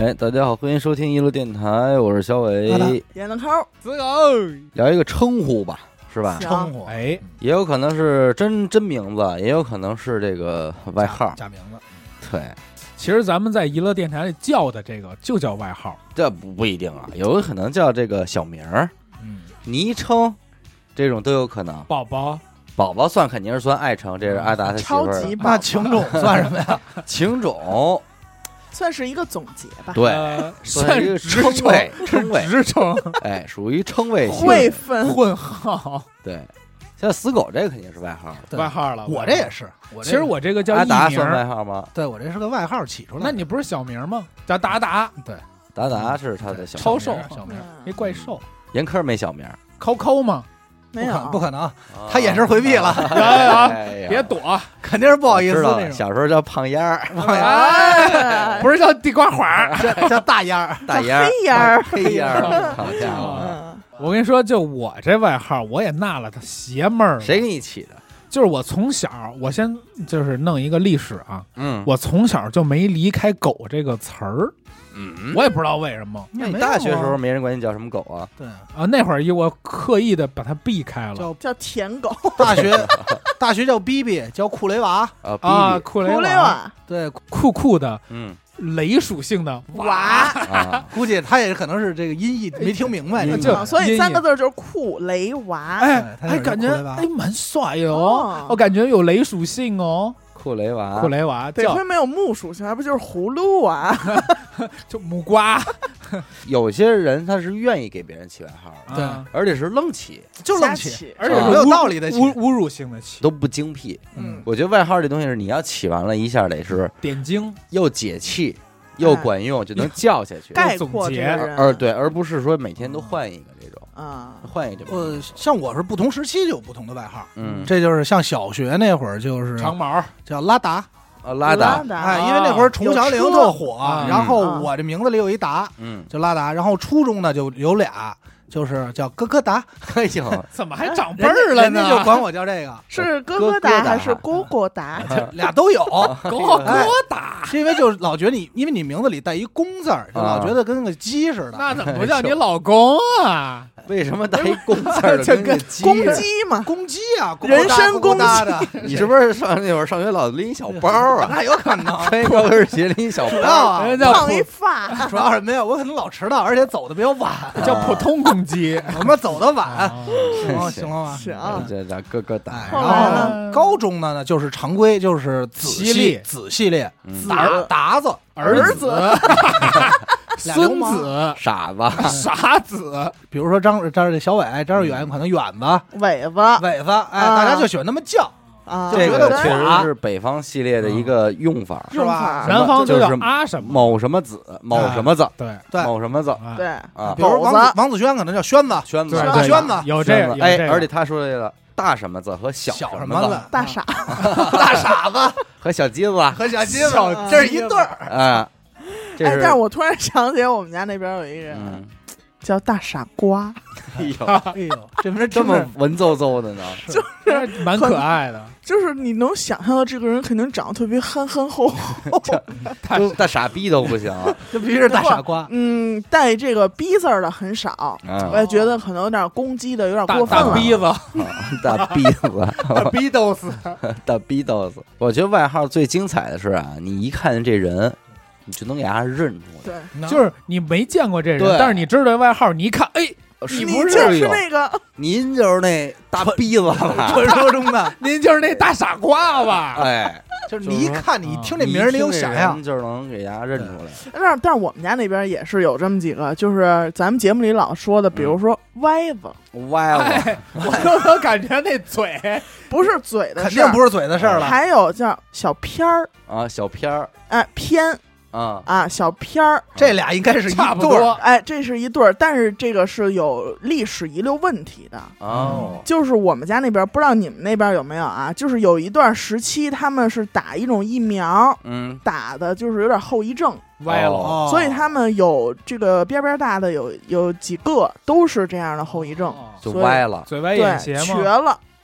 哎，大家好，欢迎收听一路电台，我是小伟。 闫子抠， 子狗聊一个称呼吧，是吧？ 称呼，哎， 也有可能是真名字，也有可能是这个外号假名字。 对， 其实咱们在娱乐电台里叫的这个就叫外号， 这不一定啊，有可能叫这个小名儿、昵称，这种都有可能。 宝宝算肯定是算爱称，这是阿达他媳妇儿。 超级宝宝那情种算什么呀？ 情种算是一个总结吧。 对， 算一个称谓， 职称， 哎，属于称谓性会分混号。 对，像死狗这个肯定是外号， 外号了。 我这也是， 其实我这个叫阿达艺名算外号吗？ 对，我这是个外号起出来的。 那你不是小名吗？叫达达。 对， 达是他的小名超瘦小名， 一怪兽。 严科没小名， 扣吗？ 没有， 不可能，他眼神回避了， 别躲， 肯定是不好意思那种。 小时候叫胖烟儿， 不是叫地瓜花， 叫大烟儿， 大烟儿， 黑烟儿， 黑烟儿，好家伙！ 我跟你说，就我这外号，我也纳了他邪闷儿。 谁给你起的？ 就是我从小，我先就是弄一个历史啊， 我从小就没离开狗这个词儿。我也不知道为什么。 那你大学时候没人管你叫什么狗啊？ 对啊，那会儿我刻意的把它避开了， 叫舔狗。 大学叫逼逼，叫库雷娃啊，库雷娃， 对， 酷的，雷属性的娃， 估计他也可能是这个音译没听明白， 所以3个字就是库雷娃。 哎，还感觉蛮帅哦，我感觉有雷属性哦。 库雷娃， 得亏没有木属性，还不就是葫芦娃？ 就木瓜。 有些人他是愿意给别人起外号的， 对， 而且是愣起， 就愣起， 而且没有道理的起， 侮辱性的起， 都不精辟。我觉得外号这东西是你要起完了一下得是点睛， 又解气又管用，就能叫下去， 概括这个人。 而不是说每天都换一个这种换一个这种。 像我是不同时期就有不同的外号，这就是像小学那会儿就是长毛叫拉达。 拉达， 哎，因为那会儿宠物小灵特火，然后我这名字里有一达，就拉达。然后初中呢就有俩，就是叫哥哥达。 哎呦， 怎么还长辈儿了呢？ 人家就管我叫这个， 是哥哥达还是蝈蝈达？ 俩都有。 蝈蝈达， 因为就老觉得因为你名字里带一公字儿，就老觉得跟个鸡似的。 那怎么不叫你老公啊？ 为什么带一公字儿跟个鸡？ 公鸡嘛， 公鸡啊， 人参公鸡的。 你是不是那会儿上学老拎一小包啊？ 那有可能， 穿高跟鞋拎一小包啊， 放一发。 主要是没有，我可能老迟到，而且走的比较晚， 叫普通公鸡。 我们走的晚，行了吗？ 行， 这俩哥哥打。 然后呢，高中呢就是常规，就是子系列，达子儿子。 孙子、 傻子、 傻子， 比如说这小伟、张志远，可能远子、 尾子， 哎，大家就喜欢那么叫这个确实是北方系列的一个用法， 是吧？ 南方就叫阿什么某什么子、某什么子， 对某什么子， 对啊， 比如王子轩可能叫轩子， 大轩子有这个， 哎，而且他说这个大什么子和小什么子， 大傻子和小鸡子这是一对儿啊。 哎，但是我突然想起来，我们家那边有一个人叫大傻瓜。 哎呦， 这么文绉绉的呢， 就是蛮可爱的。 就是你能想象到这个人肯定长得特别憨厚厚， 大傻逼都不行， 这必须是大傻瓜。 带这个逼字的很少，我也觉得可能有点攻击的，有点过分了。 大逼子， 大逼子， 大逼斗斯， 大逼斗斯。我觉得外号最精彩的是啊，你一看这人。你就能给他认出来， 对，就是你没见过这人，但是你知道外号，你一看，哎， 你不是那个， 您就是那大逼子吧？ 传说中的， 您就是那大傻瓜吧？ 哎， 就是你一看，你一听这名儿，你有想象， 就是能给大家认出来。 但是我们家那边也是有这么几个，就是咱们节目里老说的，比如说歪子， 我都感觉那嘴不是嘴的事，肯定不是嘴的事儿了。 还有叫小偏儿啊，小偏儿， 哎，偏。小偏儿， 这俩应该是一对儿， 哎，这是一对儿，但是这个是有历史遗留问题的就是我们家那边，不知道你们那边有没有啊？就是有一段时期，他们是打一种疫苗，打的就是有点后遗症， 歪了， 所以他们有这个边边大的有几个都是这样的后遗症， 就歪了， 嘴歪眼斜吗？ 瘸了。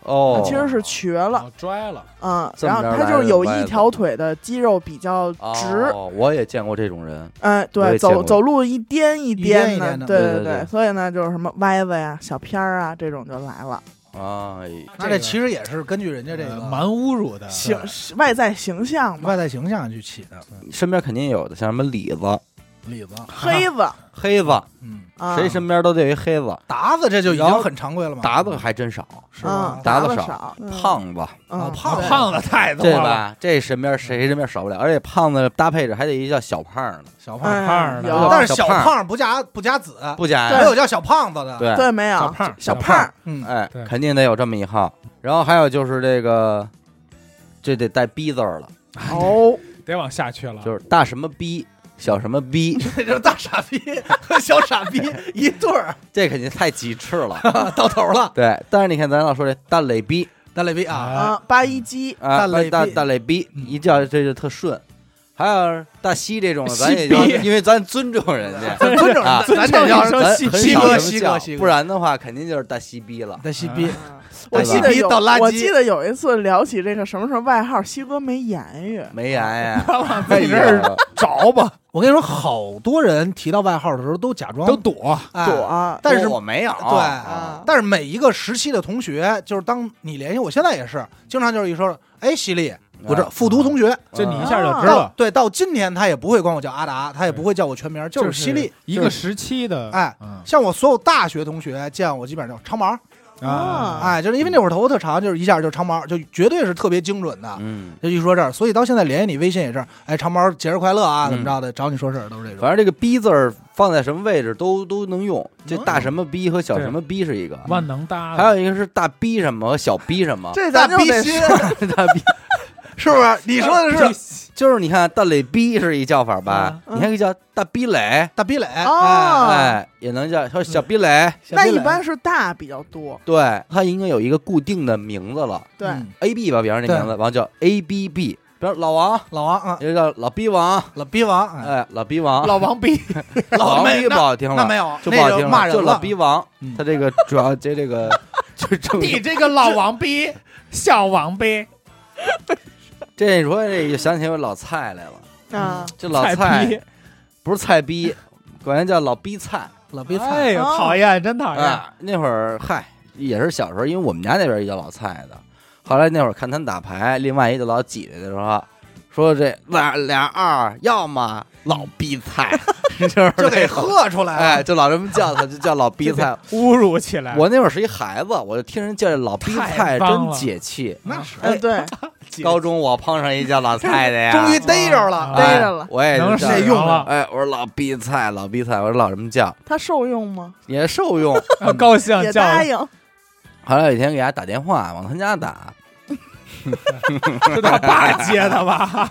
其实是瘸了， 拽了。 然后他就是有一条腿的肌肉比较直。 我也见过这种人。 对，走路一颠一颠的， 对，所以呢，就是什么歪子呀、小偏啊这种就来了。 那这其实也是根据人家这个蛮侮辱的外在形象去起的。 身边肯定有的，像什么李子、 黑子， 谁身边都得有一黑子。 达子这就已经很常规了嘛。 达子还真少， 是吧？ 达子少，胖子， 胖子太多了， 对吧？这身边谁身边少不了，而且胖子搭配着还得一叫小胖的， 小胖的，但是小胖不加子， 不加， 没有叫小胖子的， 对，没有小胖， 肯定得有这么一号。然后还有就是这得带逼字了， 得往下去了， 就是大什么逼。小什么逼， 这就是大傻逼和小傻逼一对儿， 这肯定太极致了， 到头了。 对，但是你看咱老说这大磊逼八一鸡大磊逼，一叫这就特顺。还有大西这种，咱也叫，因为咱尊重人家， 尊重人，咱得叫西哥， 不然的话肯定就是大西逼了， 大西逼。 我记得有一次聊起这个什么外号，西哥没言语， 在你这儿找吧。 我跟你说，好多人提到外号的时候都假装都躲， 但是我没有。 对，但是每一个时期的同学，就是当你联系我，现在也是经常就是一说，哎，犀利。我这复读同学， 这你一下就知道。 对，到今天他也不会管我叫阿达，他也不会叫我全名，就是犀利。 一个时期的， 像我所有大学同学见我，基本上叫长毛就是因为那会儿头发特长，就是一下就长毛，就绝对是特别精准的。就一说这儿，所以到现在联系你微信也是，哎，长毛节日快乐啊，怎么着的，找你说事儿都是这种。 反正这个逼字儿放在什么位置都能用，这大什么逼和小什么逼是一个， 万能搭。 还有一个是大逼什么和小逼什么， 这咱就得大逼。 是不是？你说的是， 就是你看大磊逼是一叫法吧？你还可以叫大逼磊，也能叫小逼磊。 那一般是大比较多。 对，它应该有一个固定的名字了。 对 ，AB 吧，比方说这名字，完叫 ABB，比如老王啊，也叫老逼王， 老逼王， 老逼王， 老王逼， 老王逼不好听了， 那没有， 就不好听了，就老逼王。他这个主要这个就你这个老王逼，小王逼。 这你说这就想起我老蔡来了这老蔡不是菜逼，管人叫老逼菜， 老逼菜， 哎呦，讨厌，真讨厌。 那会儿也是小时候，因为我们家那边也叫老蔡的。后来那会儿看他们打牌，另外一个老挤来的时候说这俩二，要么老逼菜， 就得喝出来， 就老这么叫他，就叫老逼菜， 侮辱起来。 我那会儿是一孩子，我就听人叫这老逼菜，真解气。 那是对。 高中我碰上一叫老蔡的呀， 终于逮着了， 我也能谁用了？ 我说老逼菜，我说老这么叫， 他受用吗？ 也受用， 高兴， 也答应。 后来有一天给他打电话，往他家打， 是他爸接的吧？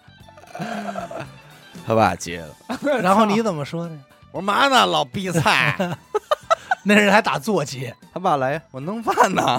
他爸接的。 然后你怎么说的？ 我说嘛呢，老逼菜。 那人还打座机， 他爸来，我弄饭呢。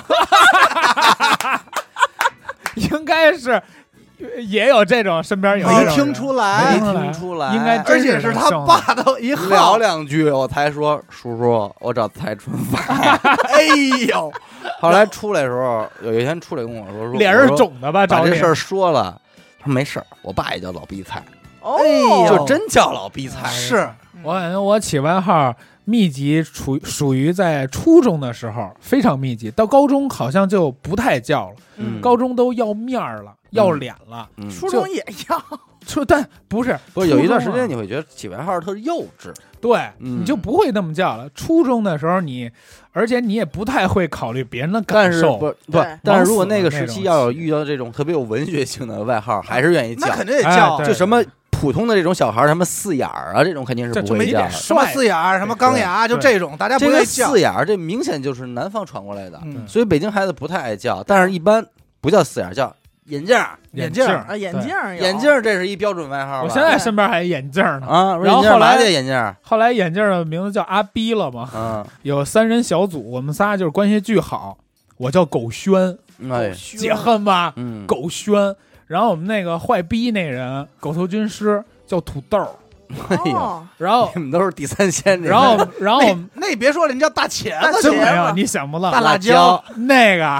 应该是也有这种，身边有没听出来， 应该而且是他爸的一号。 聊两句我才说，叔叔，我找蔡春发。 哎呦！ 后来出来的时候，有一天出来跟我说， 脸是肿的吧？ 把这事儿说了，他说没事儿，我爸也叫老逼菜。就真叫老逼菜。 是我感觉我起外号密集属于在初中的时候非常密集，到高中好像就不太叫了。高中都要面了，要脸了。 初中也要。 但不是有一段时间你会觉得起外号特幼稚， 对，你就不会那么叫了。初中的时候而且你也不太会考虑别人的感受， 但是如果那个时期要有遇到这种特别有文学性的外号，还是愿意叫， 那肯定得叫。 就什么普通的这种小孩，什么四眼儿啊，这种肯定是不会叫。 什么四眼儿，什么钢牙，就这种大家不会叫。 四眼儿这明显就是南方传过来的，所以北京孩子不太爱叫，但是一般不叫四眼儿，叫眼镜儿。 眼镜， 这是一标准外号。 我现在身边还有眼镜呢啊。 然后后来眼镜的名字叫阿逼了嘛。有3人小组，我们仨就是关系巨好。我叫狗轩，解恨吧。狗轩。然后我们那个坏逼那人，狗头军师叫土豆。 哎呀， 然后你们都是第三线。 然后那别说了，你叫大茄子， 真没有，你想不到。 大辣椒， 那个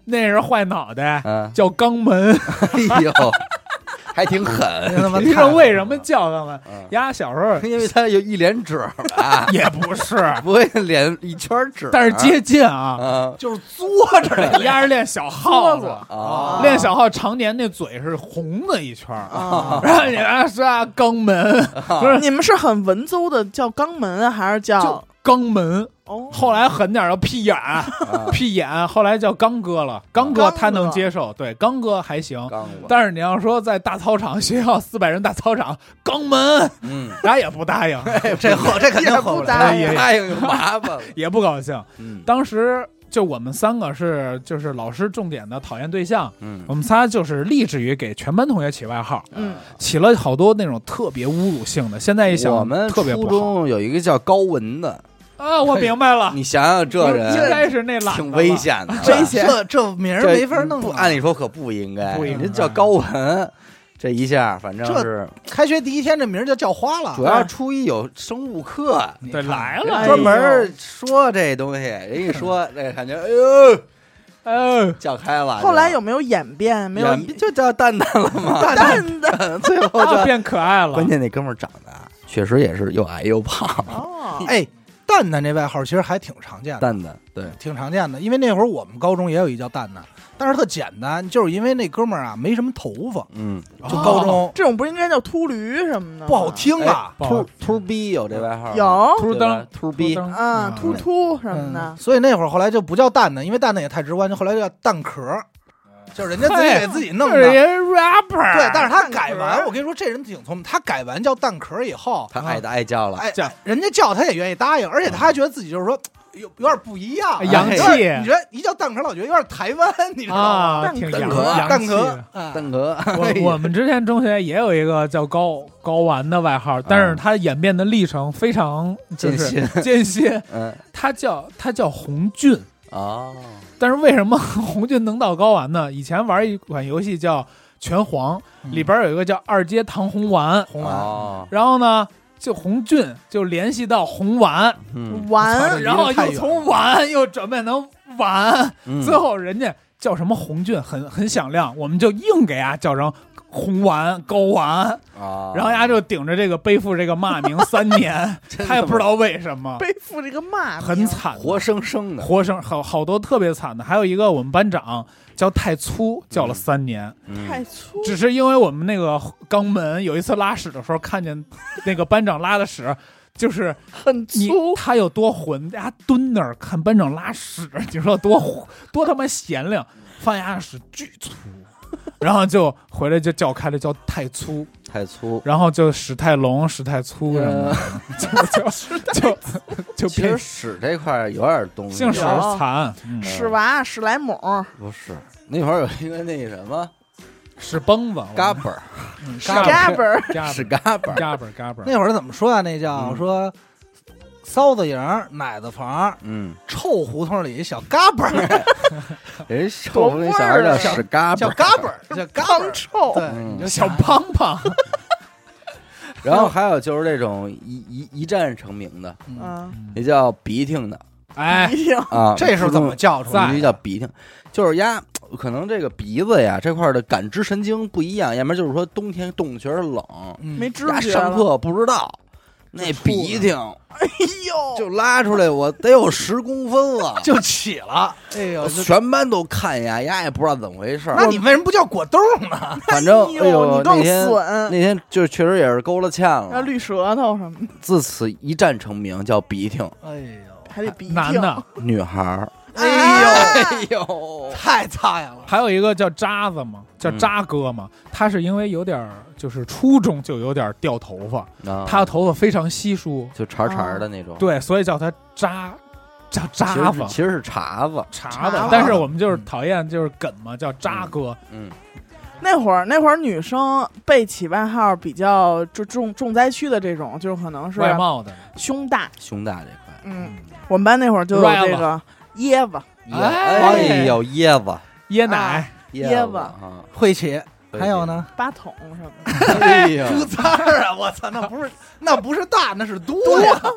那是坏脑袋，叫肛门。 哎呦，还挺狠。 你知道为什么叫肛门？丫小时候， 因为他有一脸褶吧？ 也不是， 不会脸一圈褶， 但是接近啊， 就是嘬着的。 丫是练小耗子，练小耗常年那嘴是红的一圈，然后你们说肛门，不是你们是很文绉的叫肛门还是叫肛门？后来狠点叫屁眼，屁眼，后来叫刚哥了。刚哥他能接受，对，刚哥还行。但是你要说在大操场，学校400人大操场，肛门，人家也不答应。 这肯定不答应， 答应就麻烦了， 也不高兴。当时就我们3个就是老师重点的讨厌对象。我们仨就是立志于给全班同学起外号，起了好多那种特别侮辱性的。现在一想， 我们特别不好。 初中有一个叫高文的。 我明白了。 你想想，这人应该是那懒挺危险的， 危险。 这名儿没法弄。 不，按理说可不应该。人叫高文，这一下反正是开学第一天，这名儿就叫花了。 主要初一有生物课， 对，来了， 专门说这东西。人一说，这感觉哎呦，叫开了。 后来有没有演变？没有， 就叫蛋蛋了吗？ 蛋蛋， 最后就变可爱了。 关键那哥们儿长得确实也是又矮又胖。 哎。蛋蛋这外号其实还挺常见的， 蛋蛋对， 挺常见的。因为那会儿我们高中也有一叫蛋蛋，但是特简单，就是因为那哥们儿没什么头发，就高中这种不应该叫秃驴什么的， 不好听啊， 秃逼有这外号， 有秃灯、 秃逼秃秃什么的。 所以那会儿后来就不叫蛋蛋，因为蛋蛋也太直观，就后来就叫蛋壳。就是人家自己给自己弄的， 人 rapper 对，但是他改完，我跟你说这人挺聪明，他改完叫蛋壳以后， 他爱叫了， 人家叫他也愿意答应，而且他还觉得自己就是说有点不一样， 洋气。 你觉得一叫蛋壳，老觉得有点台湾，你知道吗？ 挺蛋壳。我们之前中学也有一个叫高玩的外号，但是他演变的历程非常就是艰辛。他叫红俊但是为什么红俊能到高玩呢？以前玩一款游戏叫拳皇，里边有一个叫2阶唐红丸，然后呢就红俊就联系到红丸，然后又从丸又转变成丸，最后人家叫什么红俊很响亮，我们就硬给他叫成红丸高丸然后丫就顶着这个背负这个骂名3年他也不知道为什么背负这个骂名， 很惨， 活生生的， 好多特别惨的。还有一个我们班长叫太粗，叫了3年， 太粗， 只是因为我们那个肛门有一次拉屎的时候看见那个班长拉的屎就是很粗， 他有多混，大家蹲那儿看班长拉屎，你说多他妈贤良，发现屎巨粗。然后就回来就叫开了叫太粗，然后就史太龙、史太粗什么的，就其实史这块有点东西， 姓史残， 史娃、史莱姆不是那会儿有一个那什么史崩子、 嘎嘣儿、 史嘎嘣儿， 那会儿怎么说啊？那叫说。骚子营、奶子房，臭胡同里小嘎嘣儿， 人臭胡同小孩叫屎嘎嘣儿， 叫嘎嘣儿，叫嘎嘣儿臭， 对， 小胖胖。 然后还有就是这种一战成名的，也叫鼻涕的， 这是怎么叫出来？ 叫鼻涕，就是丫可能这个鼻子呀这块的感知神经不一样，要不然就是说冬天冻觉得冷， 没知觉， 上课不知道。那鼻涕， 哎呦， 就拉出来，我得有10公分了， 就起了。哎呦， 全班都看呀，丫也不知道怎么回事。 那你为什么不叫果冻呢？ 反正哎呦， 你更损。 那天就确实也是勾了芡了， 要绿舌头什么的。 自此一战成名，叫鼻涕。 哎呦， 还得鼻涕。 男的， 女孩。 哎呦，太擦痒了。 还有一个叫渣子嘛，叫渣哥嘛，他是因为有点就是初中就有点掉头发，他的头发非常稀疏， 就茬茬的那种。 对，所以叫他渣，叫渣子， 其实是碴子， 但是我们就是讨厌就是梗嘛，叫渣哥。 那会儿女生被起外号比较重灾区的这种，就可能是外貌的胸大这块。 我们班那会儿就有这个椰子， 哎呦椰子、 椰奶、 椰子会起。还有呢 ，8桶什么的。 哎呀， 猪崽儿啊！我操，那不是大，那是多呀。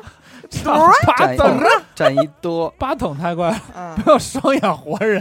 占一多 8桶太快了，没有双眼活人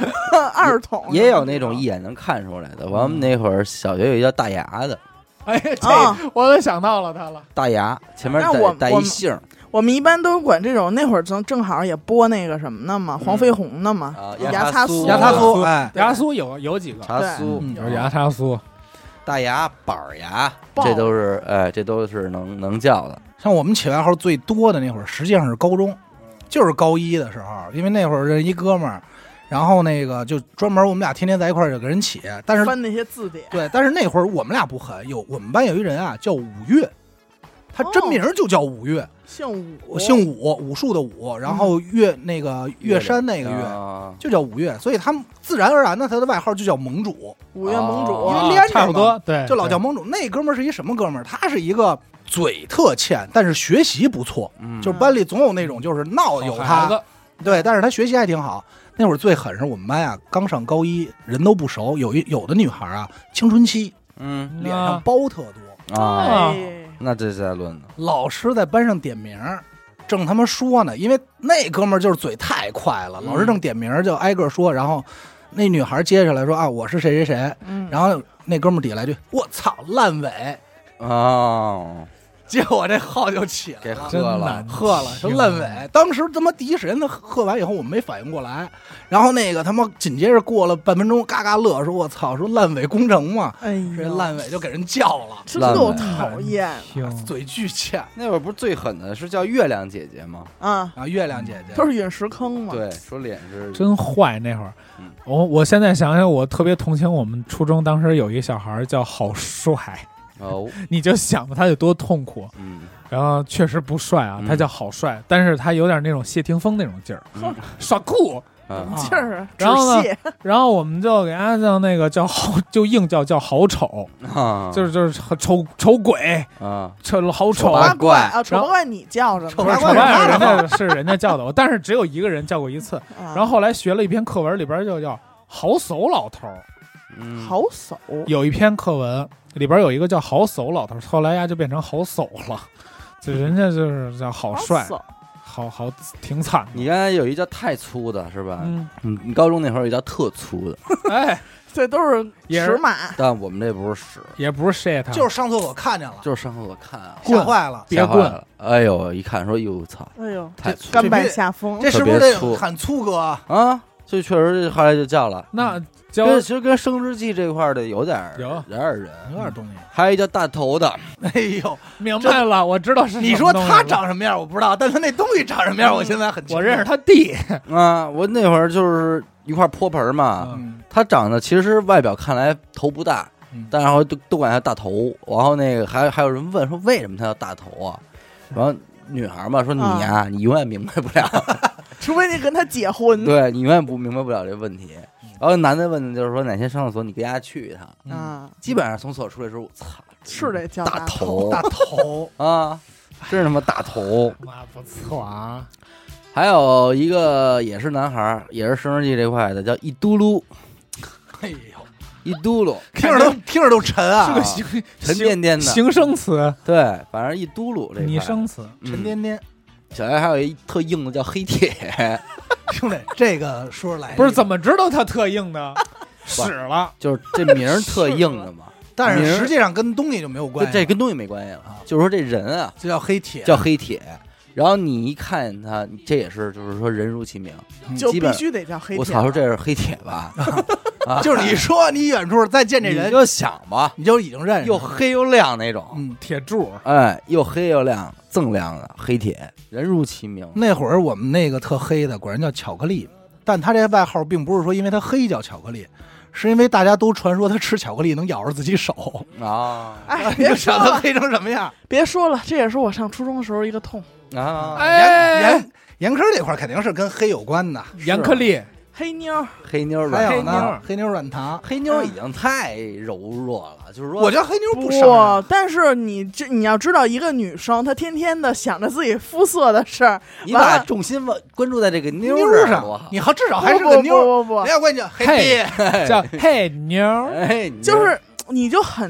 ，2桶也有那种一眼能看出来的。我们那会儿小学有一叫大牙的， 哎，这我都想到了他了， 大牙前面带一姓。 我们一般都管这种，那会儿正好也播那个什么呢嘛，黄飞鸿的嘛，牙擦酥， 牙酥有几个， 茶酥有牙擦酥， 大牙、板牙，这都是能叫的。 像我们起外号最多的那会儿，实际上是高中，就是高1的时候，因为那会儿认一哥们儿，然后那个就专门我们俩天天在一块儿有个人起，但是翻那些字典。 对，但是那会儿我们俩不狠，我们班有一人啊叫5月，他真名就叫5月，姓武，武术的武，然后岳山那个岳，就叫5月，所以他们自然而然的他的外号就叫盟主 ，5月盟主， 因为连着差不多，对， 就老叫盟主。那哥们儿是一什么哥们儿？他是一个嘴特欠，但是学习不错，就是班里总有那种就是闹有他，对，但是他学习还挺好。那会儿最狠是我们班呀，刚上高1，人都不熟，有的女孩啊，青春期，脸上包特多啊。那这在论呢？ 老师在班上点名，正他妈说呢，因为那哥们儿就是嘴太快了，老师正点名就挨个说，然后那女孩接下来说啊，我是谁谁谁，然后那哥们儿底下来句，我操，烂尾哦。 结果这号就起来了， 给喝了， 说烂尾。当时他妈第一时间他喝完以后，我们没反应过来，然后那个他妈紧接着过了半分钟，嘎嘎乐，说我操，说烂尾工程嘛，这烂尾就给人叫了， 这多讨厌， 嘴巨欠。 那会儿不是最狠的是叫月亮姐姐吗？ 月亮姐姐都是陨石坑嘛。 对，说脸是真坏。那会儿，我现在想想，我特别同情我们初中当时有一个小孩叫好帅。你就想吧，他有多痛苦。然后确实不帅啊，他叫好帅，但是他有点那种谢霆锋那种劲儿，耍酷劲儿。 然后呢，然后我们就给他叫那个叫好，就硬叫好丑，就是丑鬼啊，好丑八怪啊，丑八怪你叫着， 丑八怪是人家叫的我，但是只有一个人叫过一次。然后后来学了一篇课文，里边就叫好手老头。 好手有一篇课文里边有一个叫好手老头，后来呀就变成好手了，就人家就是叫好帅，好挺惨的。 你刚才有一叫太粗的是吧？你高中那会儿有叫特粗的， 哎，这都是尺码， 但我们这不是屎， 也不是 shit， 就是上厕所看见了， 就是上厕所看啊， 吓坏了， 别棍， 哎呦，一看说哟操， 哎呦， 太粗， 甘拜下风， 这是不是得喊粗哥啊？就确实后来就叫了， 那。 其实跟生殖器这块的有点人， 有点东西。 还有一叫大头的， 哎呦， 明白了，我知道是。 你说他长什么样我不知道，但他那东西长什么样我现在很清楚。 我认识他弟啊，我那会儿就是一块泼盆嘛，他长得其实外表看来头不大，但然后都管他大头。然后那个还有人问说为什么他叫大头啊？然后女孩嘛说你呀，你永远明白不了， 除非你跟他结婚， 对你永远明白不了这问题。然后男的问的就是说哪天上厕所你跟家去一趟基本上从厕所出来的时候，操， 是得叫大头啊， 真是他妈大头， 那不错啊。 还有一个也是男孩，也是生殖器这块的，叫一嘟噜。 哎呦， 一嘟噜， 听着都沉啊， 是个沉甸甸的形声词。 对，反正一嘟噜这拟声词， 沉甸甸。 小孩还有一特硬的叫黑铁。 兄弟，这个说来不是怎么知道他特硬的？使了， 就是这名特硬的嘛。 但是实际上跟东西就没有关系， 这跟东西没关系了。就是说这人啊， 就叫黑铁， 叫黑铁。然后你一看他，这也是就是说人如其名， 就必须得叫黑铁。 我操，说这是黑铁吧？ 就是你说你远处再见这人， 你就想吧， 你就已经认识， 又黑又亮那种， 铁柱， 哎，又黑又亮，锃亮的黑铁，人如其名。 那会儿我们那个特黑的，管人叫巧克力，但他这外号并不是说因为他黑叫巧克力。是因为大家都传说他吃巧克力能咬着自己手啊！ 哎，别说了，他黑成什么样？ 别说了，这也是我上初中的时候一个痛啊！ 严科这块肯定是跟黑有关的， 严克力、 黑妞、 黑妞、 黑妞软糖， 黑妞已经太柔弱了，就是说， 我觉得黑妞不伤。 但是你要知道，一个女生她天天的想着自己肤色的事儿， 你把重心关注在这个妞上，你至少还是个妞。 不， 人家关键黑叫黑妞， 就是你就很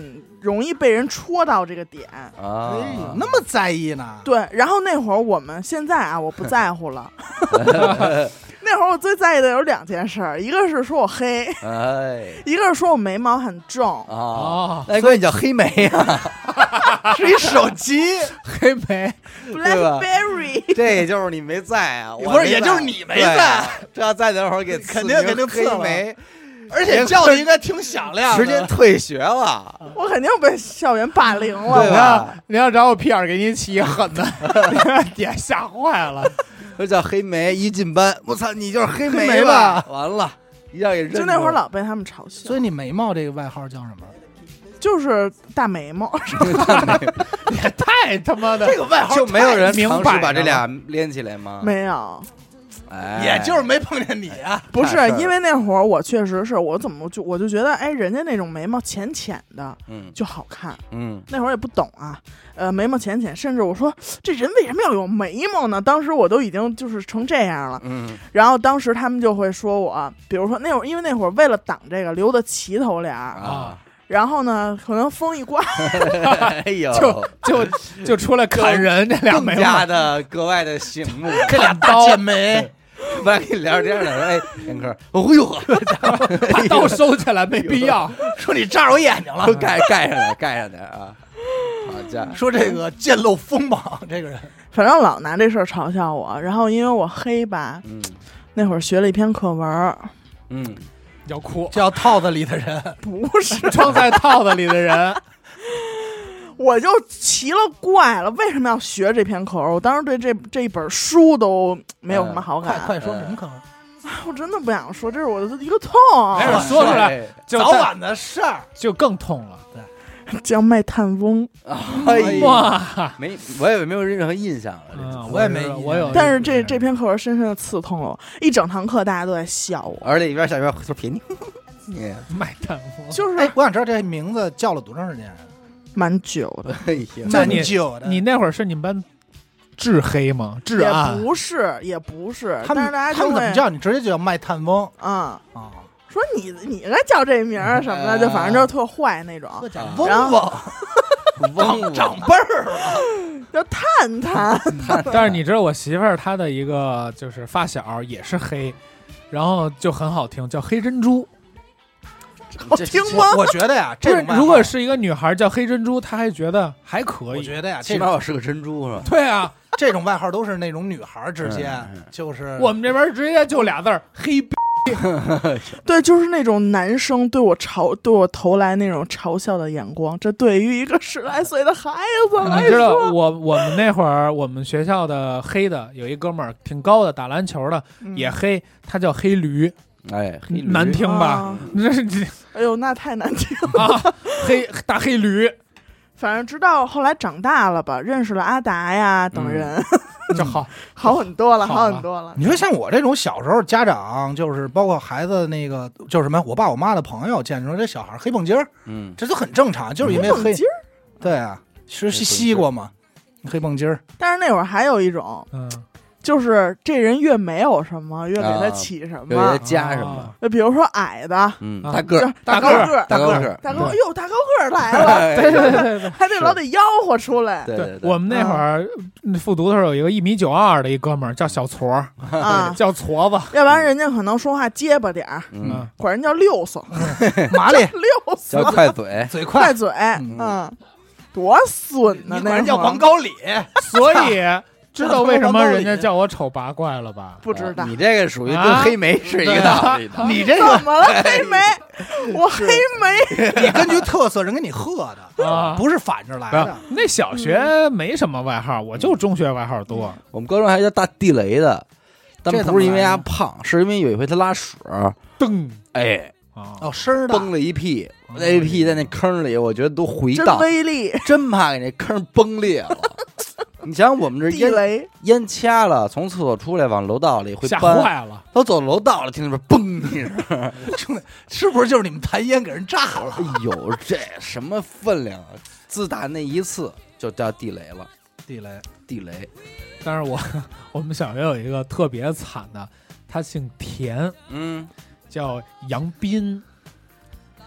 容易被人戳到这个点啊， 那么在意呢？ 对，然后那会儿我们现在啊，我不在乎了。那会儿我最在意的有2件事，一个是说我黑，一个是说我眉毛很重啊。所以你叫黑莓呀， 是一手机黑莓 ，BlackBerry。 这就是你没在啊， 不是，也就是你没在。 这要在那会儿肯定黑莓。 而且叫的应该挺响亮， 直接退学了。 我肯定被校园霸凌了， 对吧？ 你要找我屁眼给你起狠的，点吓坏了。 说叫黑莓，一进班，我操，你就是黑莓吧？完了，一下给认。 就那会儿老被他们嘲笑。 所以你眉毛这个外号叫什么？ 就是大眉毛。 也太他妈的， 这个外号就没有人尝试把这俩连起来吗？ 没有。 也就是没碰见你啊， 不是因为那会儿我确实是我就觉得，哎，人家那种眉毛浅浅的，就好看，那会儿也不懂啊，眉毛浅浅，甚至我说这人为什么要有眉毛呢？当时我都已经就是成这样了，然后当时他们就会说我，比如说那会儿，因为那会儿为了挡这个留的齐头帘啊。然后呢，可能风一刮， 哎呦， 就出来砍人，这俩眉毛更加的格外的醒目， 这俩大剑眉。 不然跟你聊这样的，哎，严哥，哦呦， 把刀收起来，没必要。 说你扎着我眼睛了， 盖上点啊！好家伙， 说这个剑露锋芒，这个人， 反正老拿这事儿嘲笑我。然后因为我黑吧，那会儿学了一篇课文， 要哭， 叫套子里的人， 不是装在套子里的人。 我就奇了怪了，为什么要学这篇课文？我当时对这一本书都没有什么好感。 快说什么课文？ 我真的不想说，这是我的一个痛。 没事，说出来， 早晚的事儿就更痛了。 对，叫卖炭翁。 哇， 我也没有任何印象了。 我也没， 我有。 但是这篇课文深深的刺痛了我，一整堂课大家都在笑我， 而且一边笑一边说便宜。 卖炭翁就是， 我想知道这名字叫了多长时间？ 蛮久的， 蛮久的。 你那会儿是你们班至黑吗？至暗？ 也不是。 他们怎么叫你？直接就叫卖炭翁说你该叫这名儿什么的，就反正就特坏那种。 翁翁长辈儿了， 叫探。 但是你知道我媳妇儿她的一个就是发小也是黑，然后就很好听，叫黑珍珠。 好听吗？ 我觉得呀，这种如果是一个女孩叫黑珍珠，她还觉得还可以。 我觉得呀， 起码我是个珍珠是吧？ 对啊， 这种外号都是那种女孩之间，就是我们这边直接就俩字儿黑。 对，就是那种男生对我投来那种嘲笑的眼光，这对于一个10来岁的孩子来说， 你知道我们那会儿我们学校的黑的有一哥们儿挺高的，打篮球的也黑，他叫黑驴。 哎， 难听吧？这是哎呦，那太难听了啊！大黑驴， 反正直到后来长大了吧，认识了阿达呀等人， 就好很多了，好很多了。 你说像我这种小时候，家长就是包括孩子那个就是什么，我爸我妈的朋友见着这小孩黑蹦筋儿，这都很正常，就是因为黑。对啊，吃西瓜嘛，黑蹦筋儿。 但是那会儿还有一种，就是这人越没有什么，越给他起什么， 给他加什么。 比如说矮的， 大个儿， 大高个儿， 大高个儿，哟，大高个儿来了，对，还得老得吆喝出来。 对，我们那会儿复读的时候有一个1.92米的一哥们儿叫小矬儿，叫矬子， 要不然人家可能说话结巴点儿，管人叫溜索， 麻利溜索， 叫快嘴， 快嘴，多损呢！ 那人叫王高礼， 所以。知道为什么人家叫我丑八怪了吧？ 不知道。 你这个属于跟黑莓是一个道理的。 你这个怎么了？黑莓，我黑莓。 你根据特色人给你喝的，不是反着来的。 那小学没什么外号，我就中学外号多。 我们高中还叫大地雷的，但不是因为他胖，是因为有一回他拉屎， 噔， 哎， 声崩了一屁，那屁在那坑里，我觉得都回荡， 真威力， 真怕给那坑崩裂了。你想我们这烟掐了，从厕所出来往楼道里会吓坏了， 都走楼道了，听那边嘣一声， 兄弟，是不是就是你们弹烟给人炸了？ 哎呦，这什么分量啊！自打那一次就叫地雷了，地雷。 但是我们小学有一个特别惨的，他姓田，叫杨斌。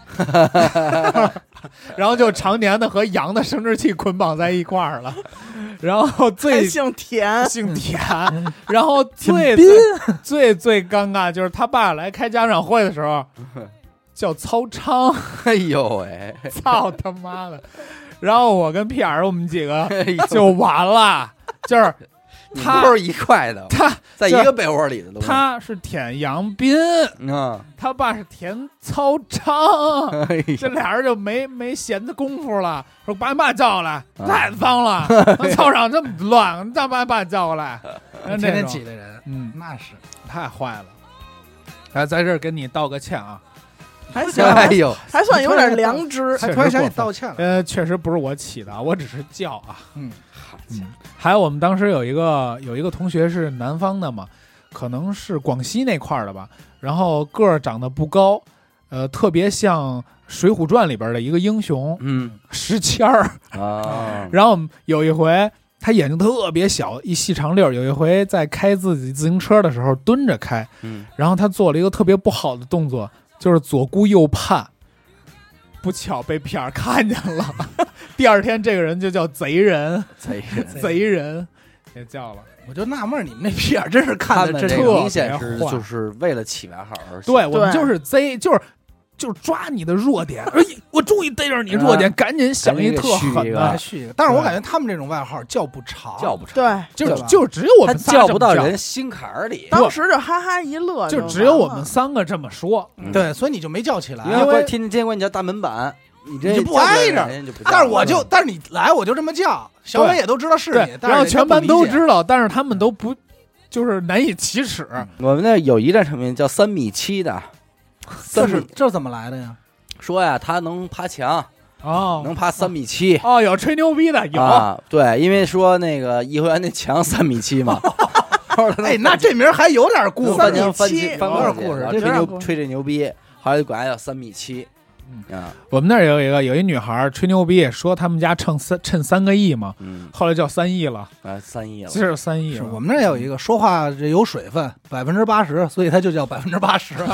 然后就常年的和羊的生殖器捆绑在一块儿了。然后姓田， 然后最尴尬就是他爸来开家长会的时候叫操昌， 哎呦喂， 操他妈的！然后我跟屁眼儿我们几个就完了，就是他都是一块的， 他在一个被窝里的都。 他是舔杨斌，他爸是舔操昌，这俩人就没闲的功夫了，说把你爸叫过来，太脏了，操场这么乱，再把你爸叫过来， 天天挤的人， 那是太坏了。来，在这儿跟你道个歉啊。 还行，还算有点良知。 还突然想起道歉了。 确实不是我起的，我只是叫啊。还有我们当时有一个同学是南方的嘛，可能是广西那块的吧，然后个儿长得不高，特别像《水浒传》里边的一个英雄，石谦儿啊。然后有一回他眼睛特别小，一细长溜，有一回在开自己自行车的时候蹲着开，然后他做了一个特别不好的动作。就是左顾右盼，不巧被屁眼看见了。第二天，这个人就叫贼人也叫了。 我就纳闷，你们那屁眼真是看的真明显是就是为了起外号而起。 对，我们就是贼，就是抓你的弱点。哎，我终于逮着你弱点，赶紧想一特狠的。 但是我感觉他们这种外号叫不长， 对， 就只有我们仨叫不到人心坎里。 当时就哈哈一乐， 就只有我们三个这么说。 对，所以你就没叫起来， 因为天天管你叫大门板，你这就不挨着。但是你来我就这么叫，小伟也都知道是你， 然后全班都知道，但是他们都不就是难以启齿。 我们那有一站成名叫3.7米的。 这怎么来的呀？ 说呀，他能爬墙能爬3.7米哦，有吹牛逼的有啊，对，因为说那个颐和园那墙3.7米嘛。 哎，那这名还有点故事 ，3.7 有点故事， 吹这牛逼，后来就管他叫3.7米。 我们那儿有一女孩吹牛逼，说他们家趁3个亿嘛，后来叫3亿了 ，3亿了， 就是3亿了。 我们那儿有一个说话有水分，80%，所以他就叫80%。 80%，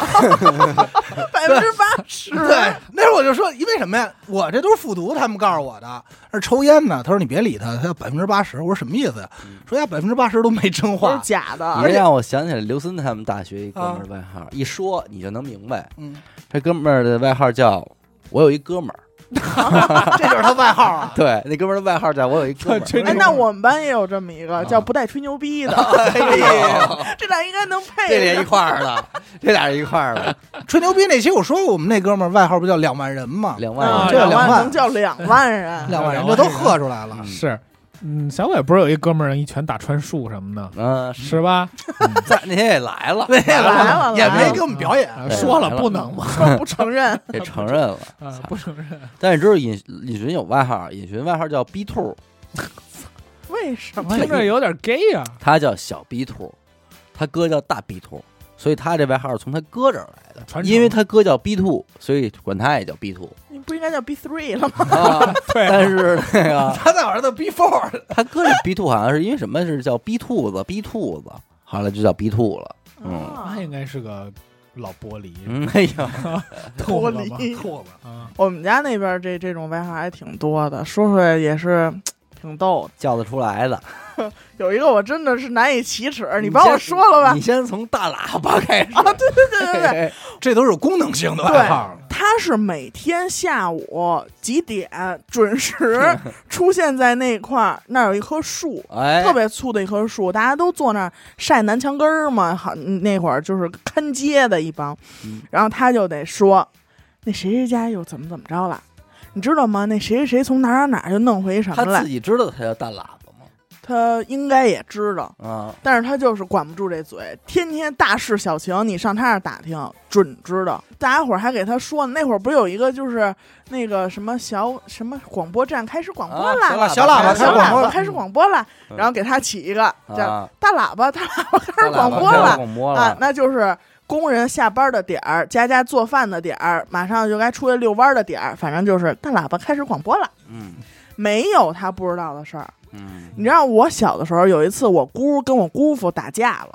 对，那时候我就说，因为什么呀？我这都是复读，他们告诉我的，是抽烟呢。他说你别理他，他叫80%。我说什么意思呀？说呀80%都没真话， 都是假的。 你让我想起来刘森他们大学一哥们儿外号，一说你就能明白。这哥们儿的外号叫我有一哥们儿， 这就是他外号啊。 对，那哥们儿的外号叫我有一哥们儿。 哎，那我们班也有这么一个叫不带吹牛逼的。这俩应该能配。 这俩一块儿了，这俩一块儿了。 吹牛逼那期我说过，我们那哥们儿外号不叫2万人吗 ？2万人，2万能叫2万人 ，2万人这都喝出来了。 是。小伟不是有一哥们儿一拳打穿树什么的，是吧？ 那天也来了， 也没给我们表演， 说了不能嘛， 说不承认， 给承认了， 不承认。 但是知道尹寻有外号，尹寻外号叫逼兔， 为什么？ 听着有点 gay 啊。 他叫小逼兔，他哥叫大逼兔，所以他这外号是从他哥这儿来的。因为他哥叫 B2，所以管他也叫 B2。 你不应该叫 B3 了吗？ 对。 但是那个他在玩的 B4， 他哥这 B2 好像是因为什么是叫 B 兔子，后来就叫 B2 了。 他应该是个老玻璃。 哎呀， 玻璃兔子。我们家那边这种外号还挺多的，说出来也是挺逗的， 叫得出来的。 有一个我真的是难以启齿，你帮我说了吧。 你先从大喇叭开始啊！对， 这都是有功能性的外号。 他是每天下午几点准时出现在那块儿，那有一棵树，特别粗的一棵树，大家都坐那儿晒南墙根儿嘛。好，那会儿就是看街的一帮，然后他就得说，那谁谁家又怎么着了，你知道吗？那谁谁谁从哪就弄回什么来？ 他自己知道他叫大喇叭。 他应该也知道但是他就是管不住这嘴，天天大事小情你上他那儿打听准知道。大家伙儿还给他说呢，那会儿不是有一个就是那个什么什么广播站开始广播了， 小喇叭开始广播了，然后给他起一个叫大喇叭开始广播了啊，那就是工人下班的点儿，家做饭的点儿，马上就该出去遛弯的点儿，反正就是大喇叭开始广播了。没有他不知道的事儿。你知道我小的时候有一次，我姑跟我姑父打架了，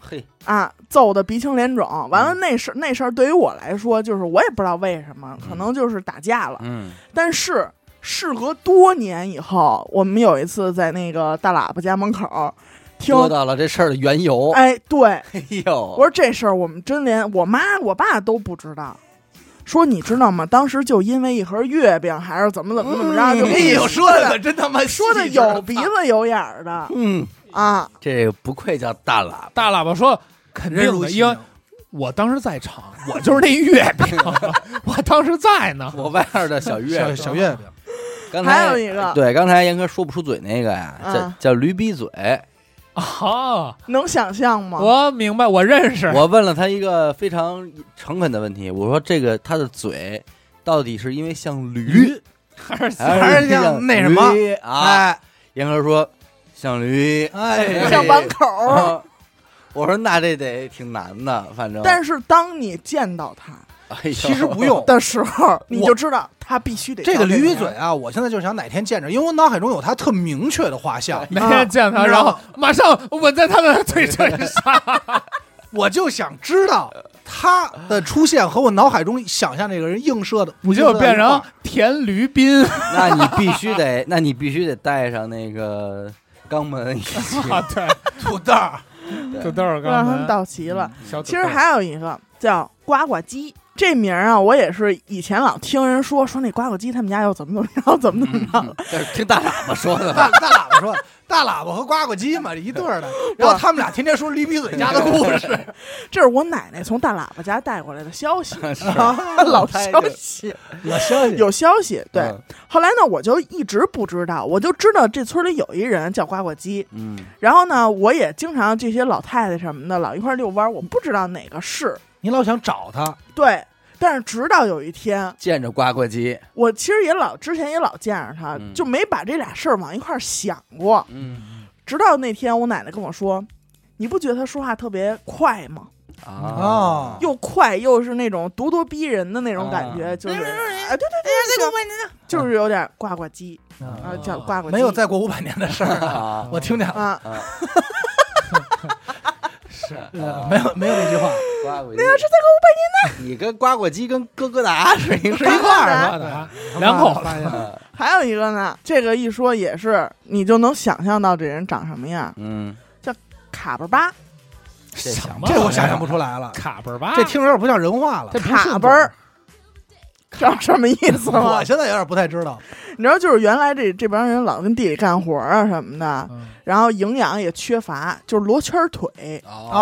嘿啊，揍的鼻青脸肿。完了那事儿对于我来说，就是我也不知道为什么，可能就是打架了。但是事隔多年以后，我们有一次在那个大喇叭家门口。 得到了这事儿的缘由， 哎，对， 哎呦， 我说这事儿我们真连我妈我爸都不知道。说你知道吗？当时就因为一盒月饼，还是怎么着，就哎呦，说的可真他妈说的有鼻子有眼儿的，啊， 这不愧叫大喇叭。 大喇叭说肯定的，因为我当时在场，我就是那月饼，我当时在呢， 我外边的小月饼， 小月饼。 刚才还有一个， 对，刚才严哥说不出嘴那个呀，叫驴鼻嘴。 啊， 能想象吗？ 我明白，我认识。 我问了他一个非常诚恳的问题，我说这个他的嘴到底是因为像驴， 还是像那什么啊？哎，严哥说像驴， 哎，像碗口。 我说那这得挺难的，反正。 但是当你见到他， 其实不用的时候，你就知道他必须得这个驴鼻嘴啊！我现在就想哪天见着，因为我脑海中有他特明确的画像。 哪天见他，然后马上吻在他的嘴唇上， 我就想知道他的出现和我脑海中想象那个人映射的， 你就变成田驴斌。 那你必须得带上那个肛门一起， 对， 土豆刚让他们到齐了。其实还有一个叫呱呱鸡。这名啊，我也是以前老听人说那呱呱鸡他们家又怎么着，怎么着。 听大喇叭说的， 大喇叭说，大喇叭和呱呱鸡嘛一对儿的。然后他们俩天天说驴鼻嘴家的故事， 这是我奶奶从大喇叭家带过来的消息，老消息，有消息。对，后来呢，我就一直不知道，我就知道这村里有一人叫呱呱鸡。然后呢，我也经常这些老太太什么的老一块遛弯，我不知道哪个是。 你老想找他， 对，但是直到有一天见着呱呱鸡， 我其实之前也老见着他，就没把这俩事儿往一块儿想过。直到那天我奶奶跟我说：“你不觉得他说话特别快吗？ 啊， 又快又是那种咄咄逼人的那种感觉，就是对，就是有点呱呱鸡啊，叫呱呱鸡。 没有再过500年的事儿啊，我听见了。”是，没有那句话。 那要是再过500年呢？ 你跟呱呱鸡跟咯咯达是一块儿的，两口子。 还有一个呢，这个一说也是，你就能想象到这人长什么样。叫卡巴巴。 这我想象不出来了。 卡巴巴， 这听着有点不像人话了。 卡巴儿，知道什么意思吗？ 我现在有点不太知道。 你知道，就是原来这帮人老跟地里干活啊什么的，然后营养也缺乏，就是罗圈腿。